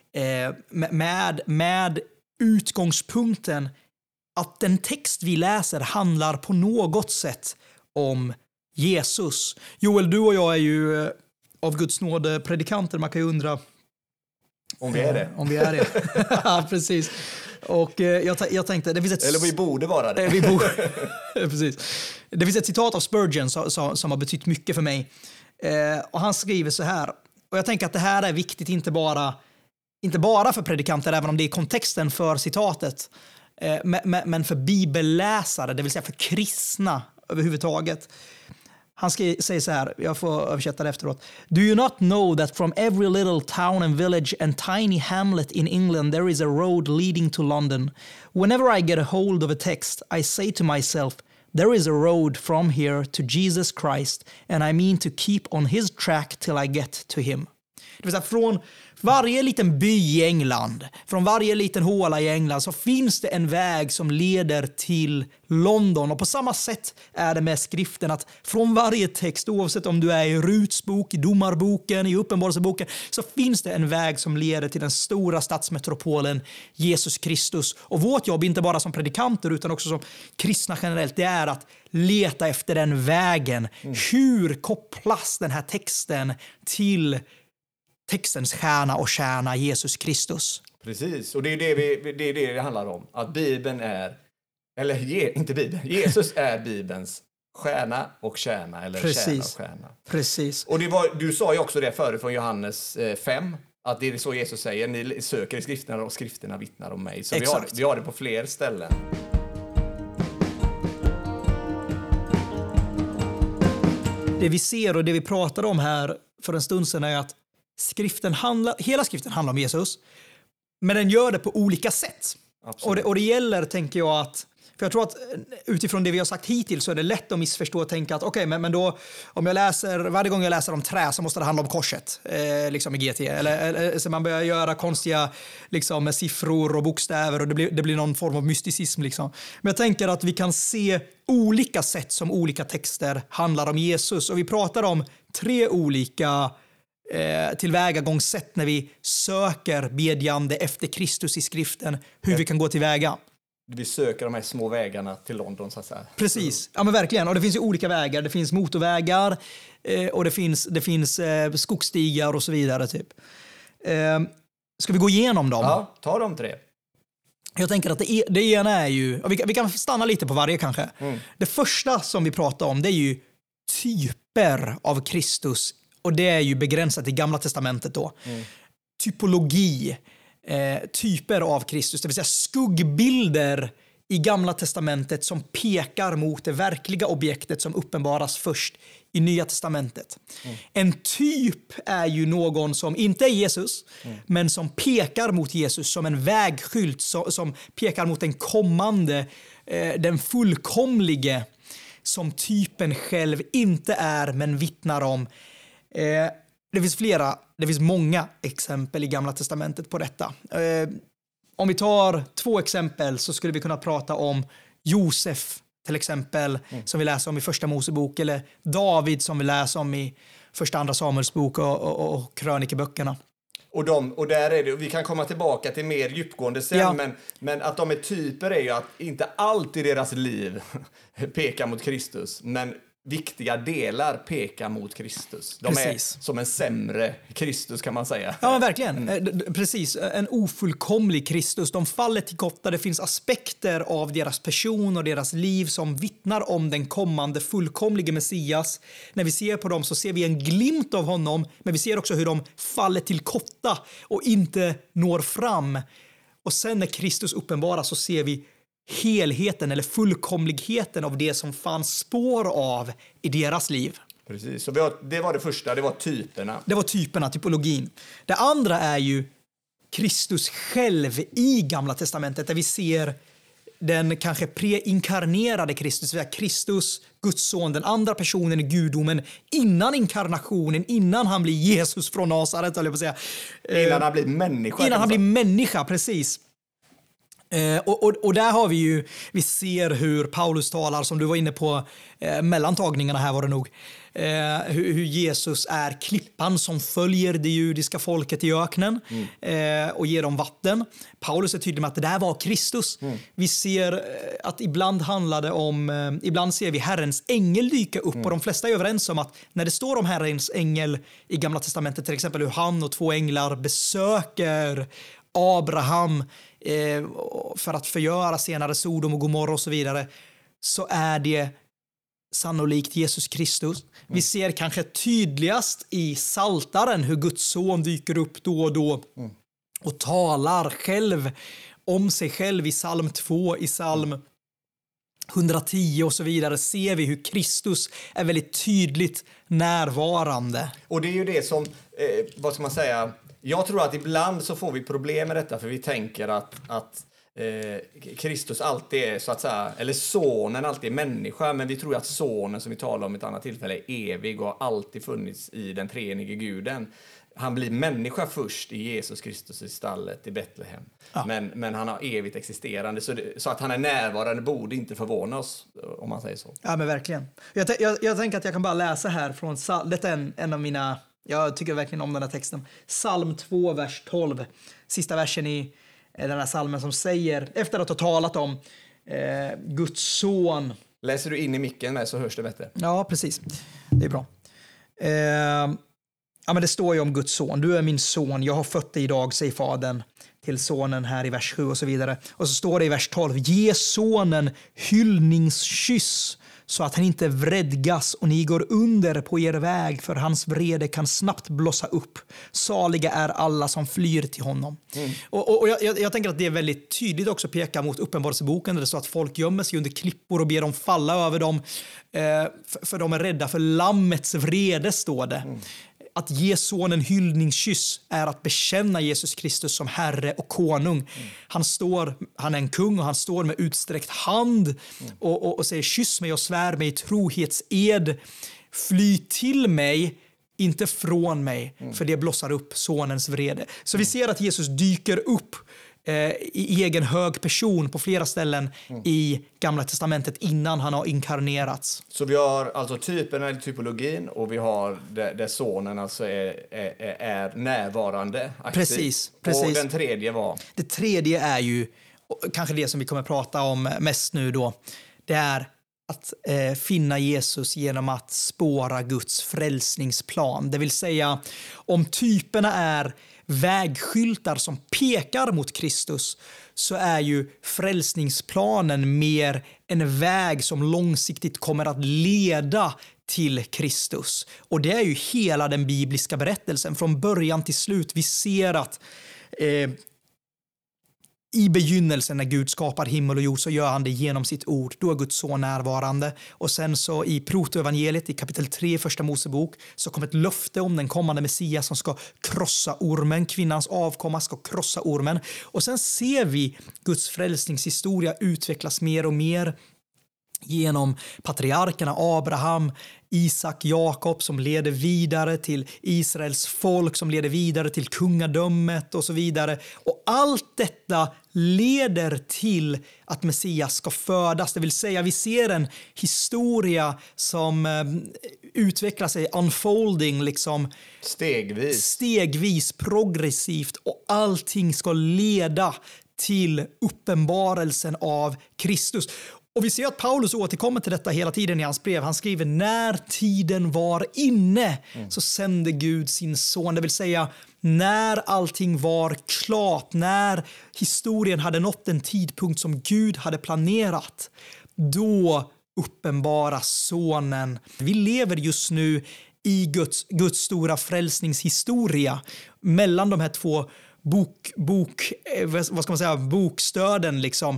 med utgångspunkten att den text vi läser handlar på något sätt om Jesus. Joel, du och jag är ju av Guds nåd predikanter, man kan ju undra om vi är det. Om vi är det. Ja, precis. Och jag tänkte, det finns ett... Eller vi borde vara det. Precis. Det finns ett citat av Spurgeon som har betytt mycket för mig. Och han skriver så här. Och jag tänker att det här är viktigt inte bara för predikanter, även om det är kontexten för citatet. Men för bibelläsare, det vill säga för kristna överhuvudtaget. Han säger så här, jag får översätta det efteråt. Do you not know that from every little town and village and tiny hamlet in England there is a road leading to London? Whenever I get a hold of a text, I say to myself, there is a road from here to Jesus Christ and I mean to keep on his track till I get to him. Det vill säga från varje liten by i England, från varje liten håla i England så finns det en väg som leder till London. Och på samma sätt är det med skriften att från varje text, oavsett om du är i Ruts bok, i Domarboken, i Uppenbarelseboken, så finns det en väg som leder till den stora stadsmetropolen Jesus Kristus. Och vårt jobb, inte bara som predikanter utan också som kristna generellt, det är att leta efter den vägen. Hur kopplas den här texten till textens stjärna och kärna Jesus Kristus? Precis, och det är det handlar om. Att Bibeln är, eller inte Bibeln, Jesus är Bibelns stjärna och kärna, eller Precis. kärna och stjärna. Precis. Och du sa ju också det förut från Johannes 5, att det är så Jesus säger, ni söker i skrifterna och skrifterna vittnar om mig. Så vi har det på fler ställen. Det vi ser och det vi pratade om här för en stund sedan är att hela skriften handlar om Jesus, men den gör det på olika sätt. Och det gäller, tänker jag, att för jag tror att utifrån det vi har sagt hittills så är det lätt att missförstå och tänka att okej, men då om jag läser, varje gång jag läser om trä så måste det handla om korset, liksom i GT, eller så man börjar göra konstiga liksom med siffror och bokstäver och det blir någon form av mysticism liksom. Men jag tänker att vi kan se olika sätt som olika texter handlar om Jesus, och vi pratar om 3 olika tillvägagångssätt när vi söker bedjande efter Kristus i skriften, hur vi kan gå tillväga. Vi söker de här små vägarna till London, så att säga. Precis, ja men verkligen. Och det finns ju olika vägar. Det finns motorvägar och det finns skogsstigar och så vidare typ. Ska vi gå igenom dem? Ja, ta de 3. Jag tänker att det ena är ju, vi kan stanna lite på varje kanske. Det första som vi pratar om, det är ju typer av Kristus. Och det är ju begränsat i Gamla testamentet då. Typologi, typer av Kristus, det vill säga skuggbilder i Gamla testamentet som pekar mot det verkliga objektet som uppenbaras först i Nya testamentet. En typ är ju någon som inte är Jesus, men som pekar mot Jesus som en vägskylt som pekar mot den kommande, den fullkomlige, som typen själv inte är men vittnar om. Det finns många exempel i Gamla testamentet på detta. Om vi tar 2 exempel så skulle vi kunna prata om Josef till exempel, som vi läser om i Första Mosebok, eller David som vi läser om i Första Andra Samuelsbok och krönikeböckerna. Och där är det, vi kan komma tillbaka till mer djupgående sen, men att de är typer är ju att inte allt i deras liv pekar mot Kristus, men viktiga delar pekar mot Kristus. De Precis. är som en sämre Kristus kan man säga. Ja, men verkligen. Precis. En ofullkomlig Kristus. De faller till korta. Det finns aspekter av deras person och deras liv som vittnar om den kommande fullkomlige Messias. När vi ser på dem så ser vi en glimt av honom, men vi ser också hur de faller till korta och inte når fram. Och sen när Kristus uppenbaras så ser vi helheten eller fullkomligheten av det som fanns spår av i deras liv. Precis, så det var det första, det var typerna. Det var typerna, typologin. Det andra är ju Kristus själv i Gamla testamentet, där vi ser den kanske preinkarnerade Kristus, det vill säga Kristus, Guds son, den andra personen i gudomen innan inkarnationen, innan han blir Jesus från Nasaret, eller jag säga. Innan han blir människa. Innan han blir människa, precis. Och där har vi ser hur Paulus talar, som du var inne på mellantagningarna här var det nog, hur Jesus är klippan som följer det judiska folket i öknen och ger dem vatten. Paulus är tydlig med att det där var Kristus. Vi ser att ibland ser vi Herrens ängel dyka upp och de flesta är överens om att när det står om Herrens ängel i Gamla testamentet, till exempel hur han och 2 änglar besöker Abraham för att förgöra senare Sodom och Gomorra och så vidare, så är det sannolikt Jesus Kristus. Vi ser kanske tydligast i Saltaren hur Guds son dyker upp då och då och talar själv om sig själv i psalm 2, i psalm 110 och så vidare. Ser vi hur Kristus är väldigt tydligt närvarande. Och det är ju det som, vad ska man säga, jag tror att ibland så får vi problem med detta för vi tänker att Kristus alltid är så att säga, eller sonen alltid är människa, men vi tror att sonen som vi talar om i ett annat tillfälle är evig och har alltid funnits i den treenige guden. Han blir människa först i Jesus Kristus i stallet i Betlehem. Ja. Men han har evigt existerande. Så att han är närvarande borde inte förvåna oss, om man säger så. Ja, men verkligen. Jag tänker att jag kan bara läsa här från, detta är en av mina, jag tycker verkligen om den här texten. Psalm 2, vers 12. Sista versen i den här psalmen som säger, efter att ha talat om Guds son. Läser du in i micken med så hörs det bättre. Ja, precis. Det är bra. Ja, men det står ju om Guds son. Du är min son, jag har fött dig idag, säger fadern till sonen här i vers 7 och så vidare. Och så står det i vers 12, ge sonen hyllningskyss så att han inte vredgas och ni går under på er väg, för hans vrede kan snabbt blossa upp. Saliga är alla som flyr till honom. Och jag tänker att det är väldigt tydligt också pekar mot Uppenbarelseboken, där det står att folk gömmer sig under klippor och ber dem falla över dem, för de är rädda för lammets vrede, står det. Att ge sonen hyllningskyss är att bekänna Jesus Kristus som Herre och konung. Han är en kung och han står med utsträckt hand och säger kyss mig och svär mig i trohetsed. Fly till mig, inte från mig, för det blossar upp sonens vrede. Så vi ser att Jesus dyker upp i egen hög person på flera ställen i Gamla testamentet innan han har inkarnerats. Så vi har alltså typerna i typologin och vi har där sonen alltså är närvarande, aktiv. Precis. Och den tredje var? Det tredje är ju kanske det som vi kommer prata om mest nu då. Det är att finna Jesus genom att spåra Guds frälsningsplan. Det vill säga, om typerna är vägskyltar som pekar mot Kristus, så är ju frälsningsplanen mer en väg som långsiktigt kommer att leda till Kristus. Och det är ju hela den bibliska berättelsen från början till slut. Vi ser att i begynnelsen när Gud skapar himmel och jord så gör han det genom sitt ord. Då är Guds son närvarande. Och sen så i protoevangeliet i kapitel 3 första Mosebok så kommer ett löfte om den kommande Messias som ska krossa ormen. Kvinnans avkomma ska krossa ormen. Och sen ser vi Guds frälsningshistoria utvecklas mer och mer genom patriarkerna Abraham, Isak, Jakob som leder vidare till Israels folk, som leder vidare till kungadömet och så vidare. Och allt detta leder till att Messias ska födas. Det vill säga, vi ser en historia som utvecklar sig unfolding, liksom stegvis, progressivt, och allting ska leda till uppenbarelsen av Kristus. Och vi ser att Paulus återkommer till detta hela tiden i hans brev. Han skriver när tiden var inne så sände Gud sin son. Det vill säga när allting var klart, när historien hade nått en tidpunkt som Gud hade planerat. Då uppenbaras sonen. Vi lever just nu i Guds stora frälsningshistoria mellan de här två bokstöden liksom.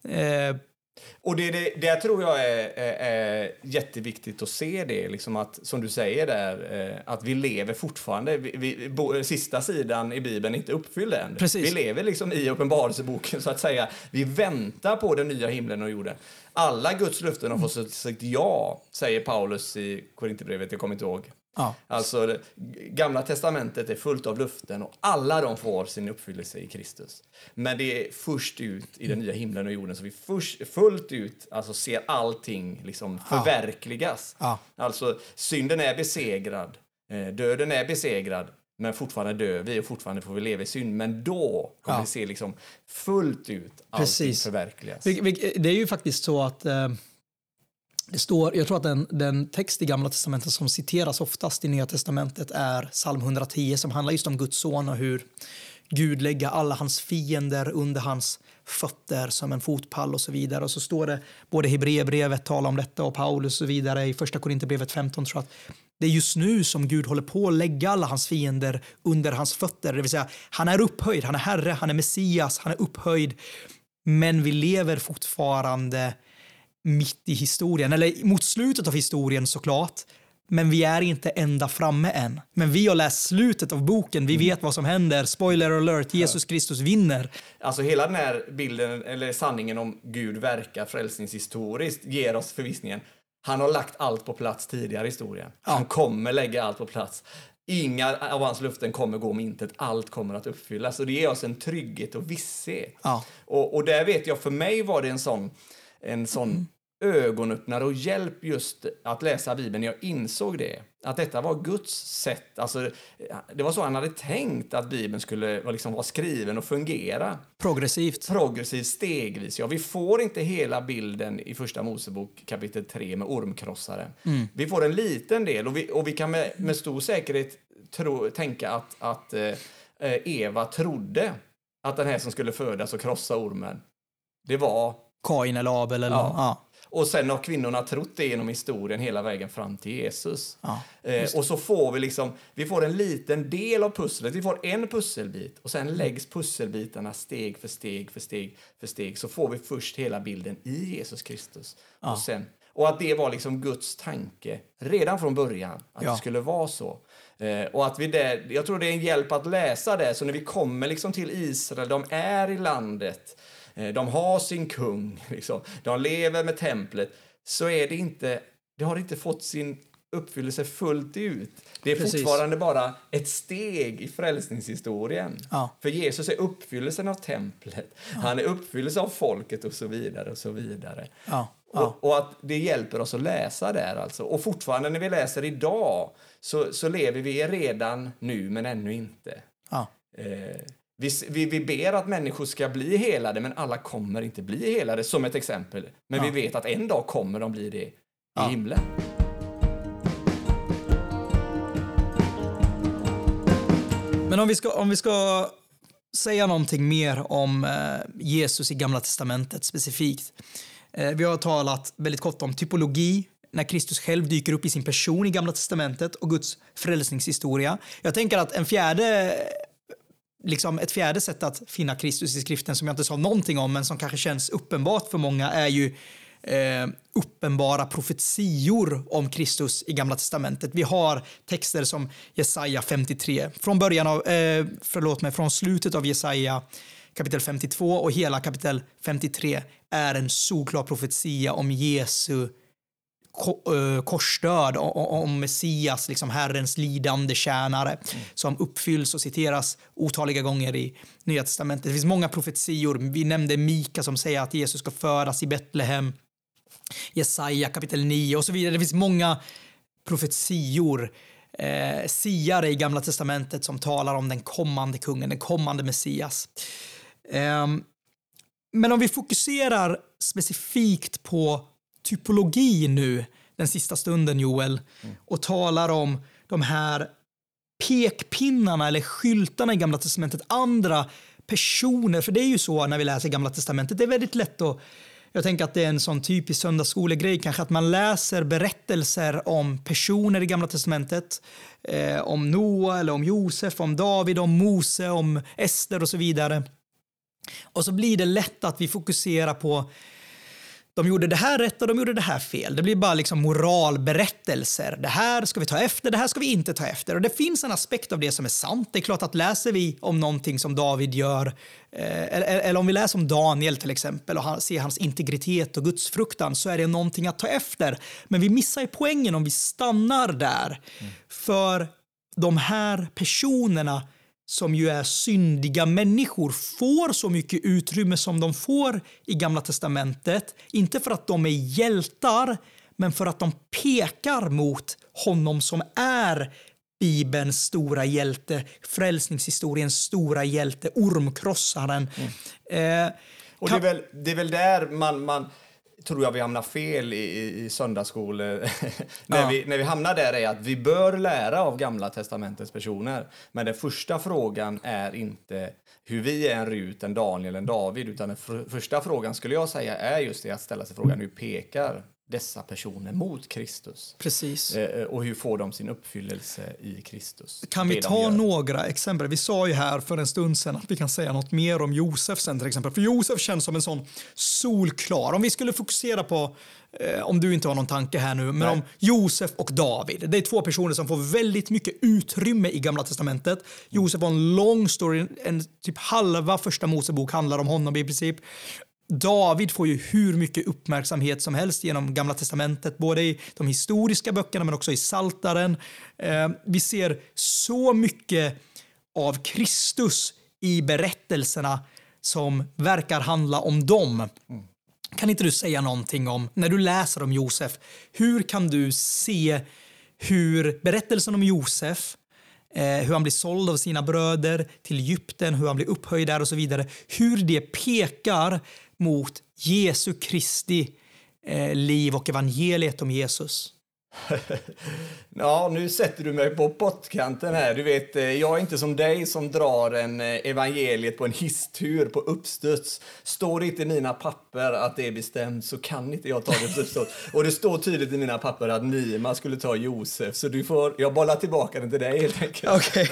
Och det tror jag är jätteviktigt att se det, liksom att, som du säger där, att vi lever fortfarande. Sista sidan i Bibeln är inte uppfylld än. Precis. Vi lever liksom i uppenbarelseboken så att säga. Vi väntar på den nya himlen och jorden. Alla Guds löften har fått sagt ja, säger Paulus i Korinthierbrevet, jag kommer inte ihåg. Ja. Alltså, Gamla testamentet är fullt av löften och alla de får sin uppfyllelse i Kristus. Men det är först ut i den nya himlen och jorden så vi fullt ut alltså ser allting liksom förverkligas. Ja. Alltså, synden är besegrad, döden är besegrad, men fortfarande dör vi och fortfarande får vi leva i synd. Men då kommer vi se liksom fullt ut allting förverkligas. Det är ju faktiskt så att det står, jag tror att den text i Gamla testamentet som citeras oftast i Nya testamentet är Psalm 110 som handlar just om Guds son och hur Gud lägger alla hans fiender under hans fötter som en fotpall och så vidare. Och så står det både Hebreerbrevet talar om detta och Paulus och så vidare i första Korinthierbrevet 15 tror jag att det är just nu som Gud håller på att lägga alla hans fiender under hans fötter. Det vill säga, han är upphöjd, han är Herre, han är Messias, han är upphöjd. Men vi lever fortfarande mitt i historien, eller mot slutet av historien såklart. Men vi är inte ända framme än. Men vi har läst slutet av boken, vi vet vad som händer. Spoiler alert, Jesus Kristus vinner. Alltså hela den här bilden, eller sanningen om Gud verkar frälsningshistoriskt ger oss förvissningen. Han har lagt allt på plats tidigare i historien. Han kommer lägga allt på plats. Inga av hans löften kommer gå om intet. Allt kommer att uppfyllas. Och det ger oss en trygghet och visshet. Ja. Och där vet jag, för mig var det en sån ögonöppnare och hjälp just att läsa Bibeln. Jag insåg det. Att detta var Guds sätt. Alltså, det var så han hade tänkt att Bibeln skulle vara skriven och fungera. Progressivt, stegvis. Ja, vi får inte hela bilden i första Mosebok kapitel 3 med ormkrossaren. Vi får en liten del och vi kan med stor säkerhet tänka att Eva trodde att den här som skulle födas och krossa ormen, det var Kain eller Abel eller Och sen har kvinnorna trott det genom historien hela vägen fram till Jesus. Och så får vi får en liten del av pusslet. Vi får en pusselbit och sen läggs pusselbitarna steg för steg. Så får vi först hela bilden i Jesus Kristus. Och att det var Guds tanke redan från början. Att det skulle vara så. Och att jag tror det är en hjälp att läsa det. Så när vi kommer till Israel, de är i landet. De har sin kung, de lever med templet, så är det har inte fått sin uppfyllelse fullt ut. Det är fortfarande bara ett steg i frälsningshistorien. För Jesus är uppfyllelsen av templet. Han är uppfyllelse av folket och så vidare och så vidare. Och att det hjälper oss att läsa där alltså. Och fortfarande när vi läser idag så lever vi redan nu men ännu inte. Vi ber att människor ska bli helade, men alla kommer inte bli helade, som ett exempel. Men vi vet att en dag kommer de bli det i himlen. Men om vi ska säga någonting mer om Jesus i Gamla testamentet specifikt. Vi har talat väldigt kort om typologi, när Kristus själv dyker upp i sin person i Gamla testamentet och Guds frälsningshistoria. Jag tänker att ett fjärde sätt att finna Kristus i skriften som jag inte sa någonting om men som kanske känns uppenbart för många är ju uppenbara profetior om Kristus i Gamla testamentet. Vi har texter som Jesaja 53 från slutet av Jesaja kapitel 52 och hela kapitel 53 är en solklar profetia om Jesu korsdöd, om Messias, Herrens lidande tjänare som uppfylls och citeras otaliga gånger i Nya testamentet. Det finns många profetior. Vi nämnde Mika som säger att Jesus ska födas i Betlehem. Jesaja kapitel 9 och så vidare. Det finns många profetior, siare i Gamla testamentet som talar om den kommande kungen, den kommande Messias. Men om vi fokuserar specifikt på typologi nu den sista stunden, Joel, och talar om de här pekpinnarna eller skyltarna i Gamla testamentet, andra personer, för det är ju så när vi läser Gamla testamentet, det är väldigt lätt att, jag tänker att det är en sån typisk söndagsskolegrej kanske, att man läser berättelser om personer i Gamla testamentet, om Noa eller om Josef, om David, om Mose, om Ester och så vidare. Och så blir det lätt att vi fokuserar på de gjorde det här rätt och de gjorde det här fel. Det blir bara liksom moralberättelser. Det här ska vi ta efter, det här ska vi inte ta efter. Och det finns en aspekt av det som är sant. Det är klart att läser vi om någonting som David gör, eller om vi läser om Daniel till exempel och ser hans integritet och gudsfruktan, så är det någonting att ta efter. Men vi missar ju poängen om vi stannar där. För de här personerna som ju är syndiga människor får så mycket utrymme som de får i Gamla testamentet. Inte för att de är hjältar, men för att de pekar mot honom som är Bibelns stora hjälte, frälsningshistoriens stora hjälte, ormkrossaren. Och det är väl där man tror jag vi hamnar fel i söndagsskolor. när vi hamnar där är att vi bör lära av Gamla testamentets personer. Men den första frågan är inte hur vi är en Rut, en Daniel, en David. Utan den första frågan skulle jag säga är just det, att ställa sig frågan: hur pekar dessa personer mot Kristus? Precis. Och hur får de sin uppfyllelse i Kristus? Kan vi ta några exempel? Vi sa ju här för en stund sedan att vi kan säga något mer om Josef sen till exempel. För Josef känns som en sån solklar. Om vi skulle fokusera på, om du inte har någon tanke här nu, men om Josef och David. Det är två personer som får väldigt mycket utrymme i Gamla testamentet. Josef har en lång story, en typ halva första Mosebok handlar om honom i princip. David får ju hur mycket uppmärksamhet som helst genom Gamla testamentet, både i de historiska böckerna men också i Psaltaren. Vi ser så mycket av Kristus i berättelserna som verkar handla om dem. Kan inte du säga någonting om, när du läser om Josef, hur kan du se hur berättelsen om Josef, hur han blir såld av sina bröder till Egypten, hur han blir upphöjd där och så vidare, hur det pekar mot Jesu Kristi liv och evangeliet om Jesus? Ja, nu sätter du mig på pottkanten här. Du vet, jag är inte som dig som drar en evangeliet på en hisstur på uppstuds. Står det inte i mina papper att det är bestämt, så kan inte jag ta det på uppstuds. Och det står tydligt i mina papper att Nima skulle ta Josef. Så jag bollar tillbaka den till dig helt enkelt. Okej.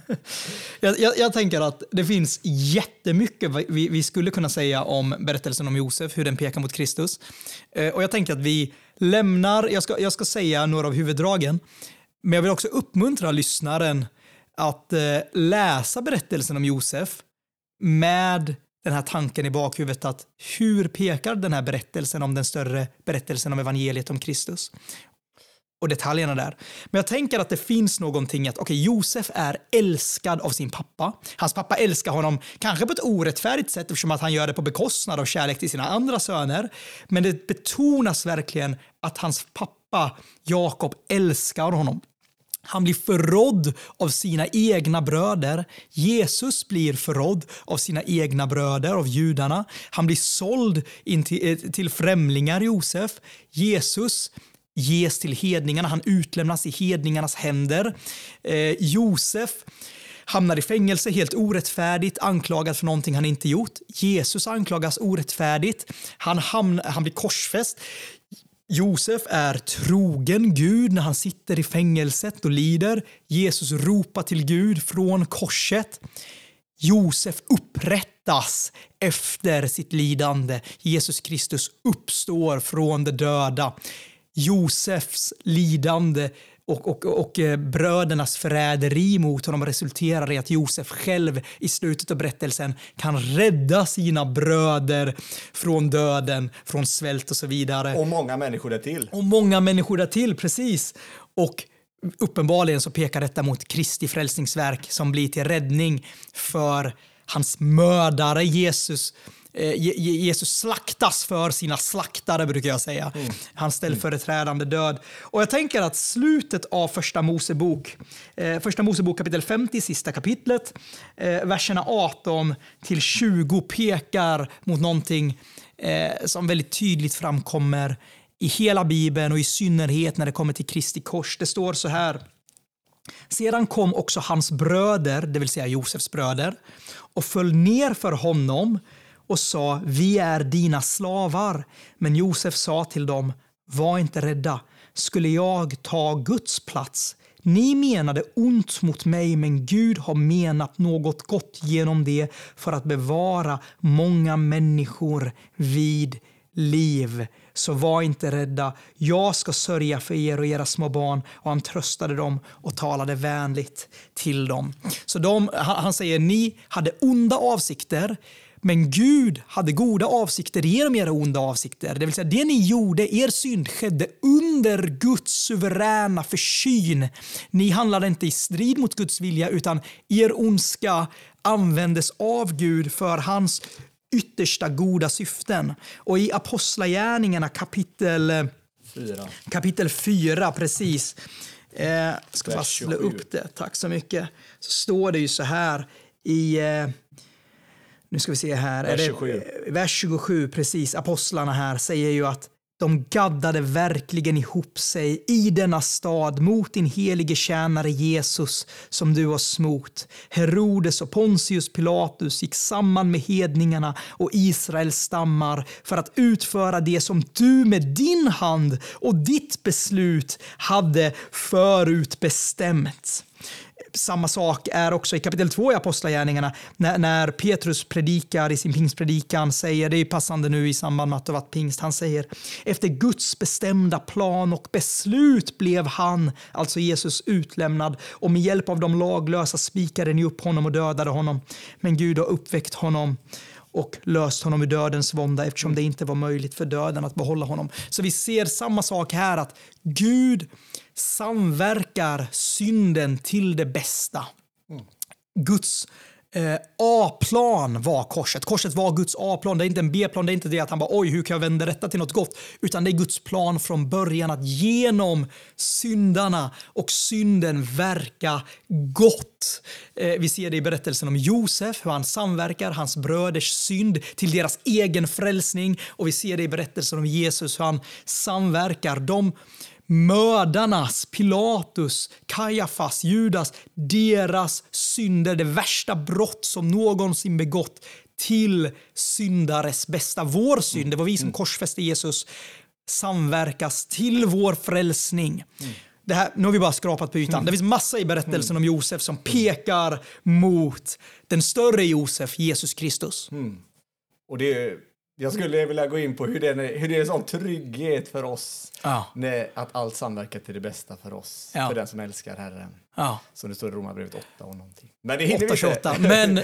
Jag tänker att det finns jättemycket vi skulle kunna säga om berättelsen om Josef, hur den pekar mot Kristus. Och jag tänker att vi lämnar, jag ska säga några av huvuddragen, men jag vill också uppmuntra lyssnaren att läsa berättelsen om Josef med den här tanken i bakhuvudet, att hur pekar den här berättelsen om den större berättelsen om evangeliet om Kristus och detaljerna där. Men jag tänker att det finns någonting att Josef är älskad av sin pappa. Hans pappa älskar honom kanske på ett orättfärdigt sätt, eftersom att han gör det på bekostnad av kärlek till sina andra söner. Men det betonas verkligen att hans pappa Jakob älskar honom. Han blir förrådd av sina egna bröder. Jesus blir förrådd av sina egna bröder, av judarna. Han blir såld till främlingar, Josef. Jesus ges till hedningarna, han utlämnas i hedningarnas händer. Josef hamnar i fängelse helt orättfärdigt, anklagad för någonting han inte gjort. Jesus anklagas orättfärdigt. Han blir korsfäst. Josef är trogen Gud när han sitter i fängelset och lider. Jesus ropar till Gud från korset. Josef upprättas efter sitt lidande. Jesus Kristus uppstår från de döda. Josefs lidande och brödernas förräderi mot honom resulterar i att Josef själv i slutet av berättelsen kan rädda sina bröder från döden, från svält och så vidare. Och många människor där till. Precis. Och uppenbarligen så pekar detta mot Kristi frälsningsverk som blir till räddning för hans mördare Jesus slaktas för sina slaktare, brukar jag säga. Hans ställföreträdande död. Och jag tänker att slutet av första Mosebok kapitel 50, sista kapitlet, verserna 18 till 20 pekar mot någonting som väldigt tydligt framkommer i hela Bibeln och i synnerhet när det kommer till Kristi kors. Det står så här: sedan kom också hans bröder, det vill säga Josefs bröder, och föll ner för honom och sa: vi är dina slavar. Men Josef sa till dem: var inte rädda, skulle jag ta Guds plats? Ni menade ont mot mig, men Gud har menat något gott genom det för att bevara många människor vid liv. Så var inte rädda, jag ska sörja för er och era små barn. Och han tröstade dem och talade vänligt till dem. Så han säger, ni hade onda avsikter, men Gud hade goda avsikter genom era onda avsikter. Det vill säga, det ni gjorde, er synd, skedde under Guds suveräna försyn. Ni handlade inte i strid mot Guds vilja, utan er ondska användes av Gud för hans yttersta goda syften. Och i Apostlagärningarna kapitel 4, precis. Ska bara slå upp det. Tack så mycket. Så står det ju så här i... Nu ska vi se här. Vers 27, precis. Apostlarna här säger ju att de gaddade verkligen ihop sig i denna stad mot din helige tjänare Jesus som du har smort. Herodes och Pontius Pilatus gick samman med hedningarna och Israels stammar för att utföra det som du med din hand och ditt beslut hade förut bestämt. Samma sak är också i kapitel 2 i Apostlagärningarna när Petrus predikar i sin pingstpredikan, säger, det är passande nu i samband med att det varit pingst, han säger: efter Guds bestämda plan och beslut blev han, alltså Jesus, utlämnad, och med hjälp av de laglösa spikade ni upp honom och dödade honom. Men Gud har uppväckt honom och löst honom ur dödens vånda, eftersom det inte var möjligt för döden att behålla honom. Så vi ser samma sak här, att Gud samverkar synden till det bästa. Guds A-plan var korset. Korset var Guds A-plan. Det är inte en B-plan. Det är inte det att han bara, oj, hur kan jag vända detta till något gott? Utan det är Guds plan från början att genom syndarna och synden verka gott. Vi ser det i berättelsen om Josef, hur han samverkar hans bröders synd till deras egen frälsning. Och vi ser det i berättelsen om Jesus, hur han samverkar mördarnas, Pilatus, Kajafas, Judas, deras synder, det värsta brott som någonsin begått, till syndares bästa. Vår synd, det var vi som korsfäste Jesus, samverkas till vår frälsning. Det här, nu har vi bara skrapat på ytan. Det finns massa i berättelsen om Josef som pekar mot den större Josef, Jesus Kristus. Och jag skulle vilja gå in på hur det är en sån trygghet för oss. Att allt samverkar till det bästa för oss. För den som älskar Herren. Som det står i Romarbrevet 8 och någonting. Men det hinner 8-28.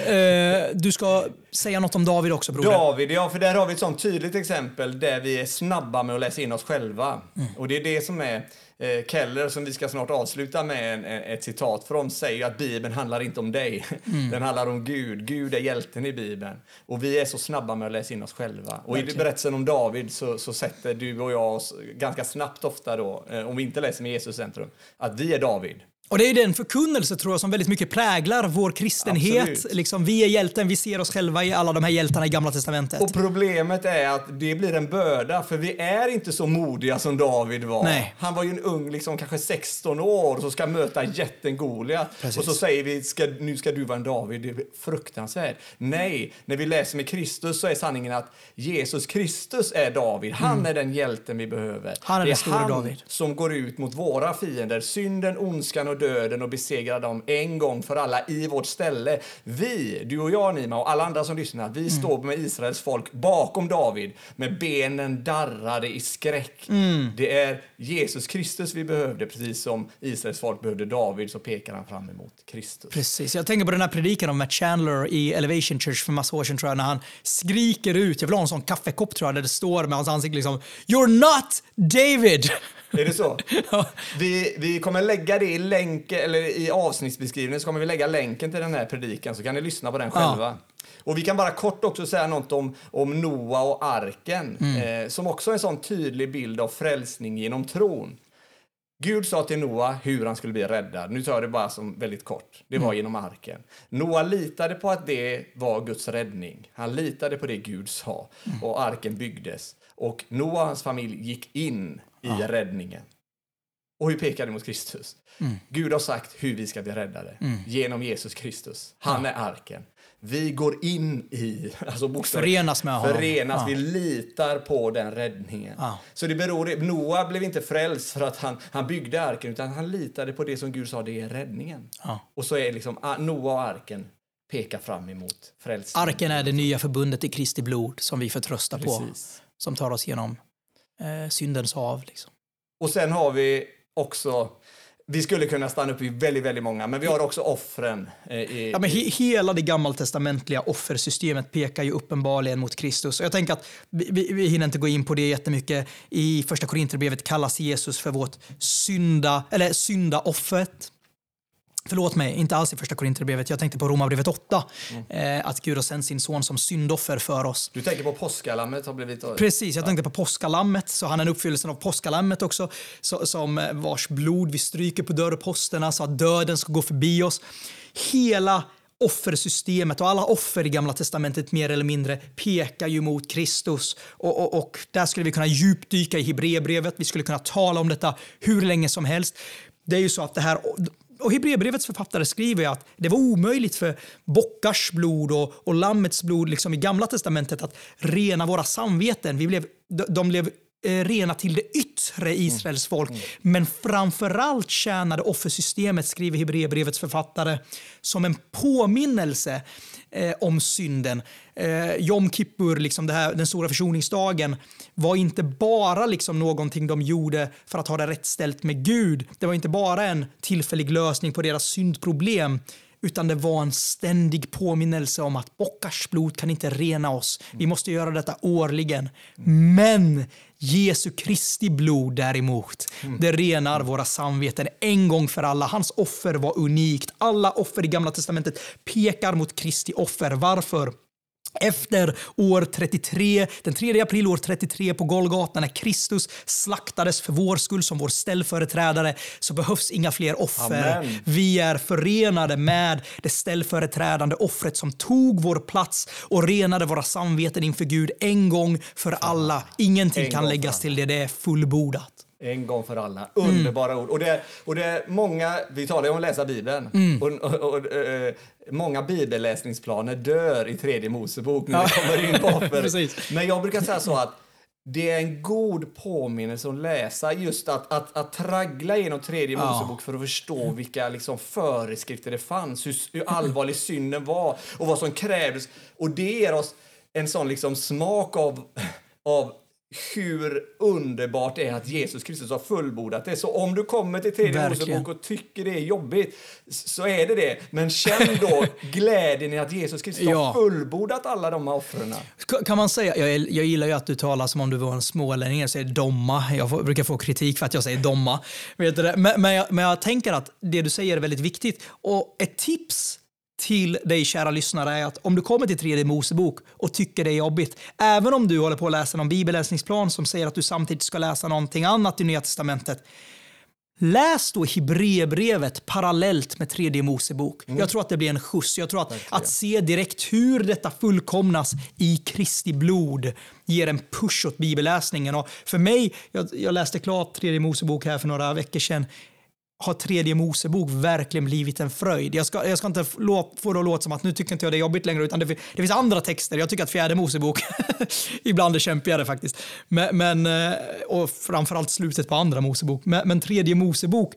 Men du ska säga något om David också, broder. David, ja, för där har vi ett sånt tydligt exempel där vi är snabba med att läsa in oss själva. Och det är det som är Keller, som vi ska snart avsluta med ett citat från, säger att Bibeln handlar inte om dig. Den handlar om Gud. Gud är hjälten i Bibeln. Och vi är så snabba med att läsa in oss själva. Och i berättelsen om David så sätter du och jag oss ganska snabbt ofta då, om vi inte läser med Jesus centrum, att vi är David. Och det är den förkunnelse, tror jag, som väldigt mycket präglar vår kristenhet. Liksom, vi är hjälten, vi ser oss själva i alla de här hjältarna i Gamla testamentet. Och problemet är att det blir en börda, för vi är inte så modiga som David var. Nej. Han var ju en ung, liksom, kanske 16 år, och så ska möta jätten Goliat. Och så säger vi, nu ska du vara en David. Det är fruktansvärt. Nej, när vi läser med Kristus så är sanningen att Jesus Kristus är David. Han är den hjälten vi behöver. Han är den stora David. Som går ut mot våra fiender, synden, ondskan och döden, och besegrar dem en gång för alla i vårt ställe. Vi, du och jag, Nima, och alla andra som lyssnar, vi står med Israels folk bakom David, med benen darrade i skräck. Det är Jesus Kristus vi behövde, precis som Israels folk behövde David, så pekar han fram emot Kristus. Precis, jag tänker på den här predikan om Matt Chandler i Elevation Church för massa år sedan, tror jag, när han skriker ut, jag vill ha en sån kaffekopp, tror jag, där det står med hans ansikte liksom, "You're not David!" Är det så? Vi kommer lägga det i länk, eller i avsnittsbeskrivningen, så kommer vi lägga länken till den här predikan, så kan ni lyssna på den själva. Och vi kan bara kort också säga något om Noa och arken, som också är en sån tydlig bild av frälsning genom tron. Gud sa till Noa hur han skulle bli räddad. Nu tar jag det bara som väldigt kort. Det var genom arken. Noa litade på att det var Guds räddning. Han litade på det Gud sa. Och arken byggdes. Och Noa och hans familj gick in i räddningen. Och hur pekar det mot Kristus? Gud har sagt hur vi ska bli räddade. Genom Jesus Kristus. Han är arken. Vi går in i, alltså förenas med honom. Vi litar på den räddningen. Så Noa blev inte frälst för att han byggde arken, utan han litade på det som Gud sa, det är räddningen. Och så är liksom Noa och arken pekar fram emot frälsningen. Arken är det nya förbundet i Kristi blod som vi förtröstar på. Som tar oss genom syndens hav. Liksom. Och sen har vi också... Vi skulle kunna stanna upp i väldigt, väldigt många, men vi har också offren. Hela det gammaltestamentliga offersystemet pekar ju uppenbarligen mot Kristus. Och jag tänker att vi hinner inte gå in på det jättemycket. I första Korinthierbrevet kallas Jesus för vårt syndaoffret. Förlåt mig, inte alls i första Korinthierbrevet. Jag tänkte på Romarbrevet 8. Att Gud har sänt sin son som syndoffer för oss. Du tänker på påskalammet har blivit... Precis, jag tänkte på påskalammet. Så han är en uppfyllelse av påskalammet också. Som vars blod vi stryker på dörrposterna så att döden ska gå förbi oss. Hela offersystemet och alla offer i Gamla testamentet mer eller mindre pekar ju mot Kristus. Och där skulle vi kunna djupdyka i Hebreerbrevet. Vi skulle kunna tala om detta hur länge som helst. Det är ju så att det här... Och Hebreerbrevets författare skriver ju att det var omöjligt för bockars blod och lammets blod liksom i Gamla testamentet att rena våra samveten. De blev rena till det yttre Israels folk. Men framförallt tjänade offersystemet, skriver Hebreerbrevets författare, som en påminnelse om synden. Jom Kippur, liksom den stora försoningsdagen, var inte bara liksom någonting de gjorde för att ha det rätt ställt med Gud. Det var inte bara en tillfällig lösning på deras syndproblem, utan det var en ständig påminnelse om att bockars blod kan inte rena oss. Vi måste göra detta årligen. Men Jesu Kristi blod däremot, det renar våra samveten en gång för alla. Hans offer var unikt. Alla offer i Gamla testamentet pekar mot Kristi offer. Varför? Efter år 33, den 3 april år 33 på Golgata, när Kristus slaktades för vår skull som vår ställföreträdare, så behövs inga fler offer. Amen. Vi är förenade med det ställföreträdande offret som tog vår plats och renade våra samveten inför Gud en gång för alla. Ingenting kan läggas till det, det är fullbordat. En gång för alla. Underbara ord. Och det är många, vi talar ju om att läsa Bibeln. Många bibelläsningsplaner dör i 3:e Mosebok när det kommer in på offer. Men jag brukar säga så att det är en god påminnelse att läsa, just att traggla igenom 3:e Mosebok för att förstå vilka liksom föreskrifter det fanns, hur allvarlig synden var och vad som krävdes. Och det ger oss en sån liksom smak av hur underbart det är att Jesus Kristus har fullbordat det. Så om du kommer till 3:e Mosebok och tycker det är jobbigt, så är det. Men känn då glädjen i att Jesus Kristus har fullbordat alla de här offren. Kan man säga, jag gillar ju att du talar som om du var en smålänning och säger domma. Jag brukar få kritik för att jag säger domma. Vet du det? Men jag tänker att det du säger är väldigt viktigt. Och ett tips till dig, kära lyssnare, är att om du kommer till 3:e Mosebok och tycker det är jobbigt, även om du håller på att läsa någon bibelläsningsplan som säger att du samtidigt ska läsa någonting annat i Nya testamentet, läs då Hebreerbrevet parallellt med 3:e Mosebok. Jag tror att det blir en skjuts. Jag tror att se direkt hur detta fullkomnas i Kristi blod ger en push åt bibelläsningen. Och för mig, jag läste klart 3:e Mosebok här för några veckor sedan, har 3:e Mosebok verkligen blivit en fröjd. Jag ska inte få det att låta som att nu tycker inte jag det är jobbigt längre, utan det finns andra texter. Jag tycker att 4:e Mosebok ibland är kämpigare faktiskt. Men och framförallt slutet på andra Mosebok. Men 3:e Mosebok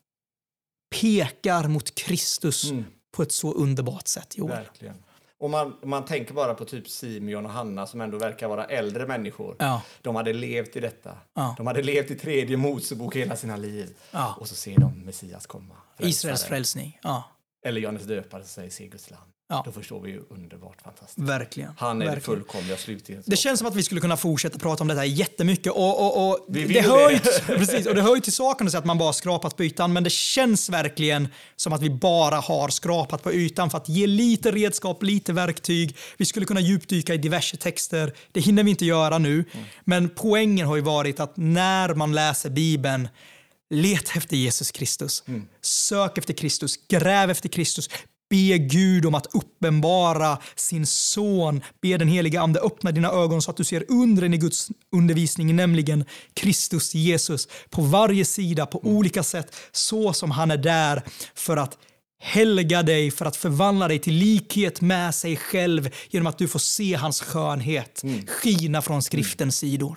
pekar mot Kristus på ett så underbart sätt. Verkligen. Och man tänker bara på typ Simeon och Hanna som ändå verkar vara äldre människor. Ja. De hade levt i detta. Ja. De hade levt i 3:e Mosebok hela sina liv. Ja. Och så ser de Messias komma. Israels frälsning. Ja. Eller Johannes döpare säger se Guds lam. då förstår vi ju underbart fantastiskt. Verkligen. Han är verkligen. det fullkomliga sluthet. Det känns som att vi skulle kunna fortsätta prata om det här jättemycket. Och Vi vill det hör ju, det. precis, och det hör ju till saken att säga att man bara skrapat på ytan. Men det känns verkligen som att vi bara har skrapat på ytan för att ge lite redskap, lite verktyg. Vi skulle kunna djupdyka i diverse texter. Det hinner vi inte göra nu. Men poängen har ju varit att när man läser Bibeln, leta efter Jesus Kristus. Sök efter Kristus. Gräv efter Kristus. Be Gud om att uppenbara sin son. Be den heliga ande öppna dina ögon så att du ser undren i Guds undervisning, nämligen Kristus Jesus på varje sida, på olika sätt, så som han är där för att helga dig, för att förvandla dig till likhet med sig själv genom att du får se hans skönhet skina från skriftens sidor.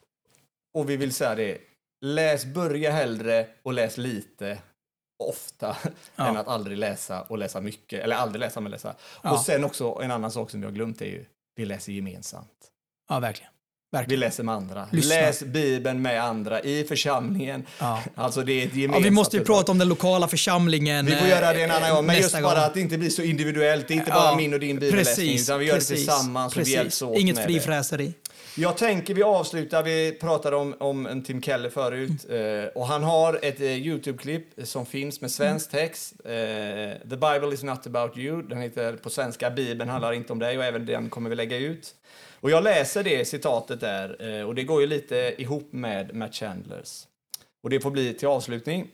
Och vi vill säga det, börja hellre och läs lite ofta än att aldrig läsa och läsa mycket. Eller aldrig läsa men läsa. Och sen också en annan sak som vi har glömt är ju, vi läser gemensamt. Ja, verkligen. Vi läser med andra. Lyssna. Läs Bibeln med andra i församlingen. Alltså det är ett gemensamt. Vi måste ju prata om den lokala församlingen. Vi får göra det en annan gång. Men just bara gång. att det inte blir så individuellt. Det är inte bara min och din bibelläsning. Utan vi gör det tillsammans och vi hjälps åt. Inget frifräseri. Jag tänker vi avslutar. Vi pratade om Tim Keller förut. Och han har ett YouTube-klipp som finns med svensk text. The Bible is not about you. Den heter på svenska Bibeln handlar inte om dig. Och även den kommer vi lägga ut. Och jag läser det citatet där. Och det går ju lite ihop med Matt Chandlers. Och det får bli till avslutning.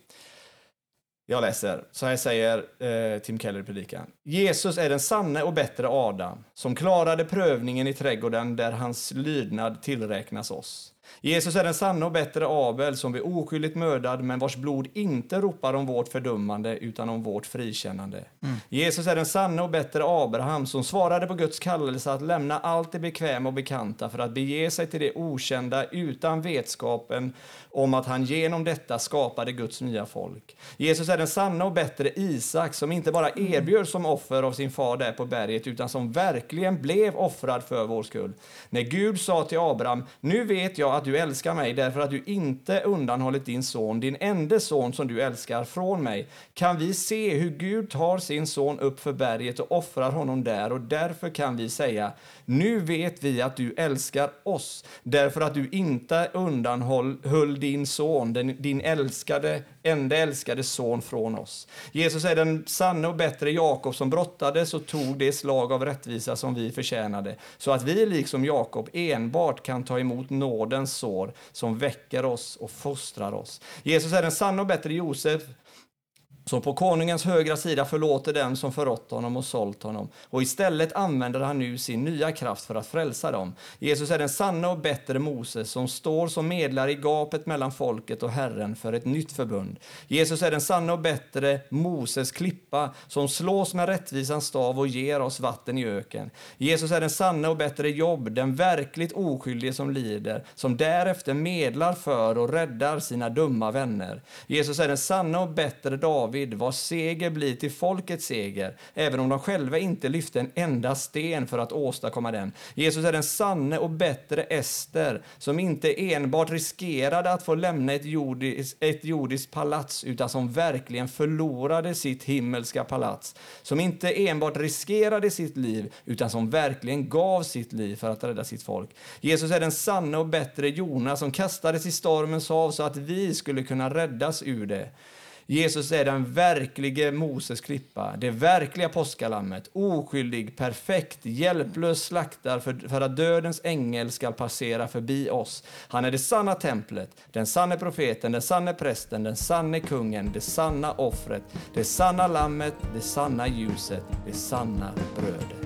Jag läser. Så här säger Tim Keller i predikan. Jesus är den sanne och bättre Adam som klarade prövningen i trädgården där hans lydnad tillräknas oss. Jesus är den sanne och bättre Abel som blev oskyldigt mördad men vars blod inte ropar om vårt fördömande utan om vårt frikännande. Jesus är den sanne och bättre Abraham som svarade på Guds kallelse att lämna allt det bekväma och bekanta för att bege sig till det okända utan vetskapen om att han genom detta skapade Guds nya folk. Jesus är den sanne och bättre Isak som inte bara erbjöd som offer av sin far där på berget utan som verkligen blev offrad för vår skull. När Gud sa till Abraham, nu vet jag att du älskar mig därför att du inte undanhållit din son, din enda son som du älskar från mig, kan vi se hur Gud tar sin son upp för berget och offrar honom där och därför kan vi säga, nu vet vi att du älskar oss därför att du inte undanhöll din son, din enda älskade son från oss. Jesus är den sanna och bättre Jakob som brottades och tog det slag av rättvisa som vi förtjänade så att vi liksom Jakob enbart kan ta emot nådens sår som väcker oss och fostrar oss. Jesus är den sanna och bättre Josef som på konungens högra sida förlåter dem som förrått honom och sålt honom. Och istället använder han nu sin nya kraft för att frälsa dem. Jesus är den sanna och bättre Moses som står som medlare i gapet mellan folket och Herren för ett nytt förbund. Jesus är den sanna och bättre Moses klippa som slås med rättvisans stav och ger oss vatten i öken. Jesus är den sanna och bättre Jobb, den verkligt oskyldige som lider, som därefter medlar för och räddar sina dumma vänner. Jesus är den sanna och bättre David, vars seger blir till folkets seger, även om de själva inte lyfte en enda sten för att åstadkomma den. Jesus är den sanne och bättre Ester, som inte enbart riskerade att få lämna ett jordiskt palats, utan som verkligen förlorade sitt himmelska palats. Som inte enbart riskerade sitt liv, utan som verkligen gav sitt liv för att rädda sitt folk. Jesus är den sanne och bättre Jonas, som kastades i stormens hav så att vi skulle kunna räddas ur det. Jesus är den verkliga Moses klippa, det verkliga påskalammet, oskyldig, perfekt, hjälplös slaktar för att dödens ängel ska passera förbi oss. Han är det sanna templet, den sanna profeten, den sanna prästen, den sanna kungen, det sanna offret, det sanna lammet, det sanna ljuset, det sanna brödet.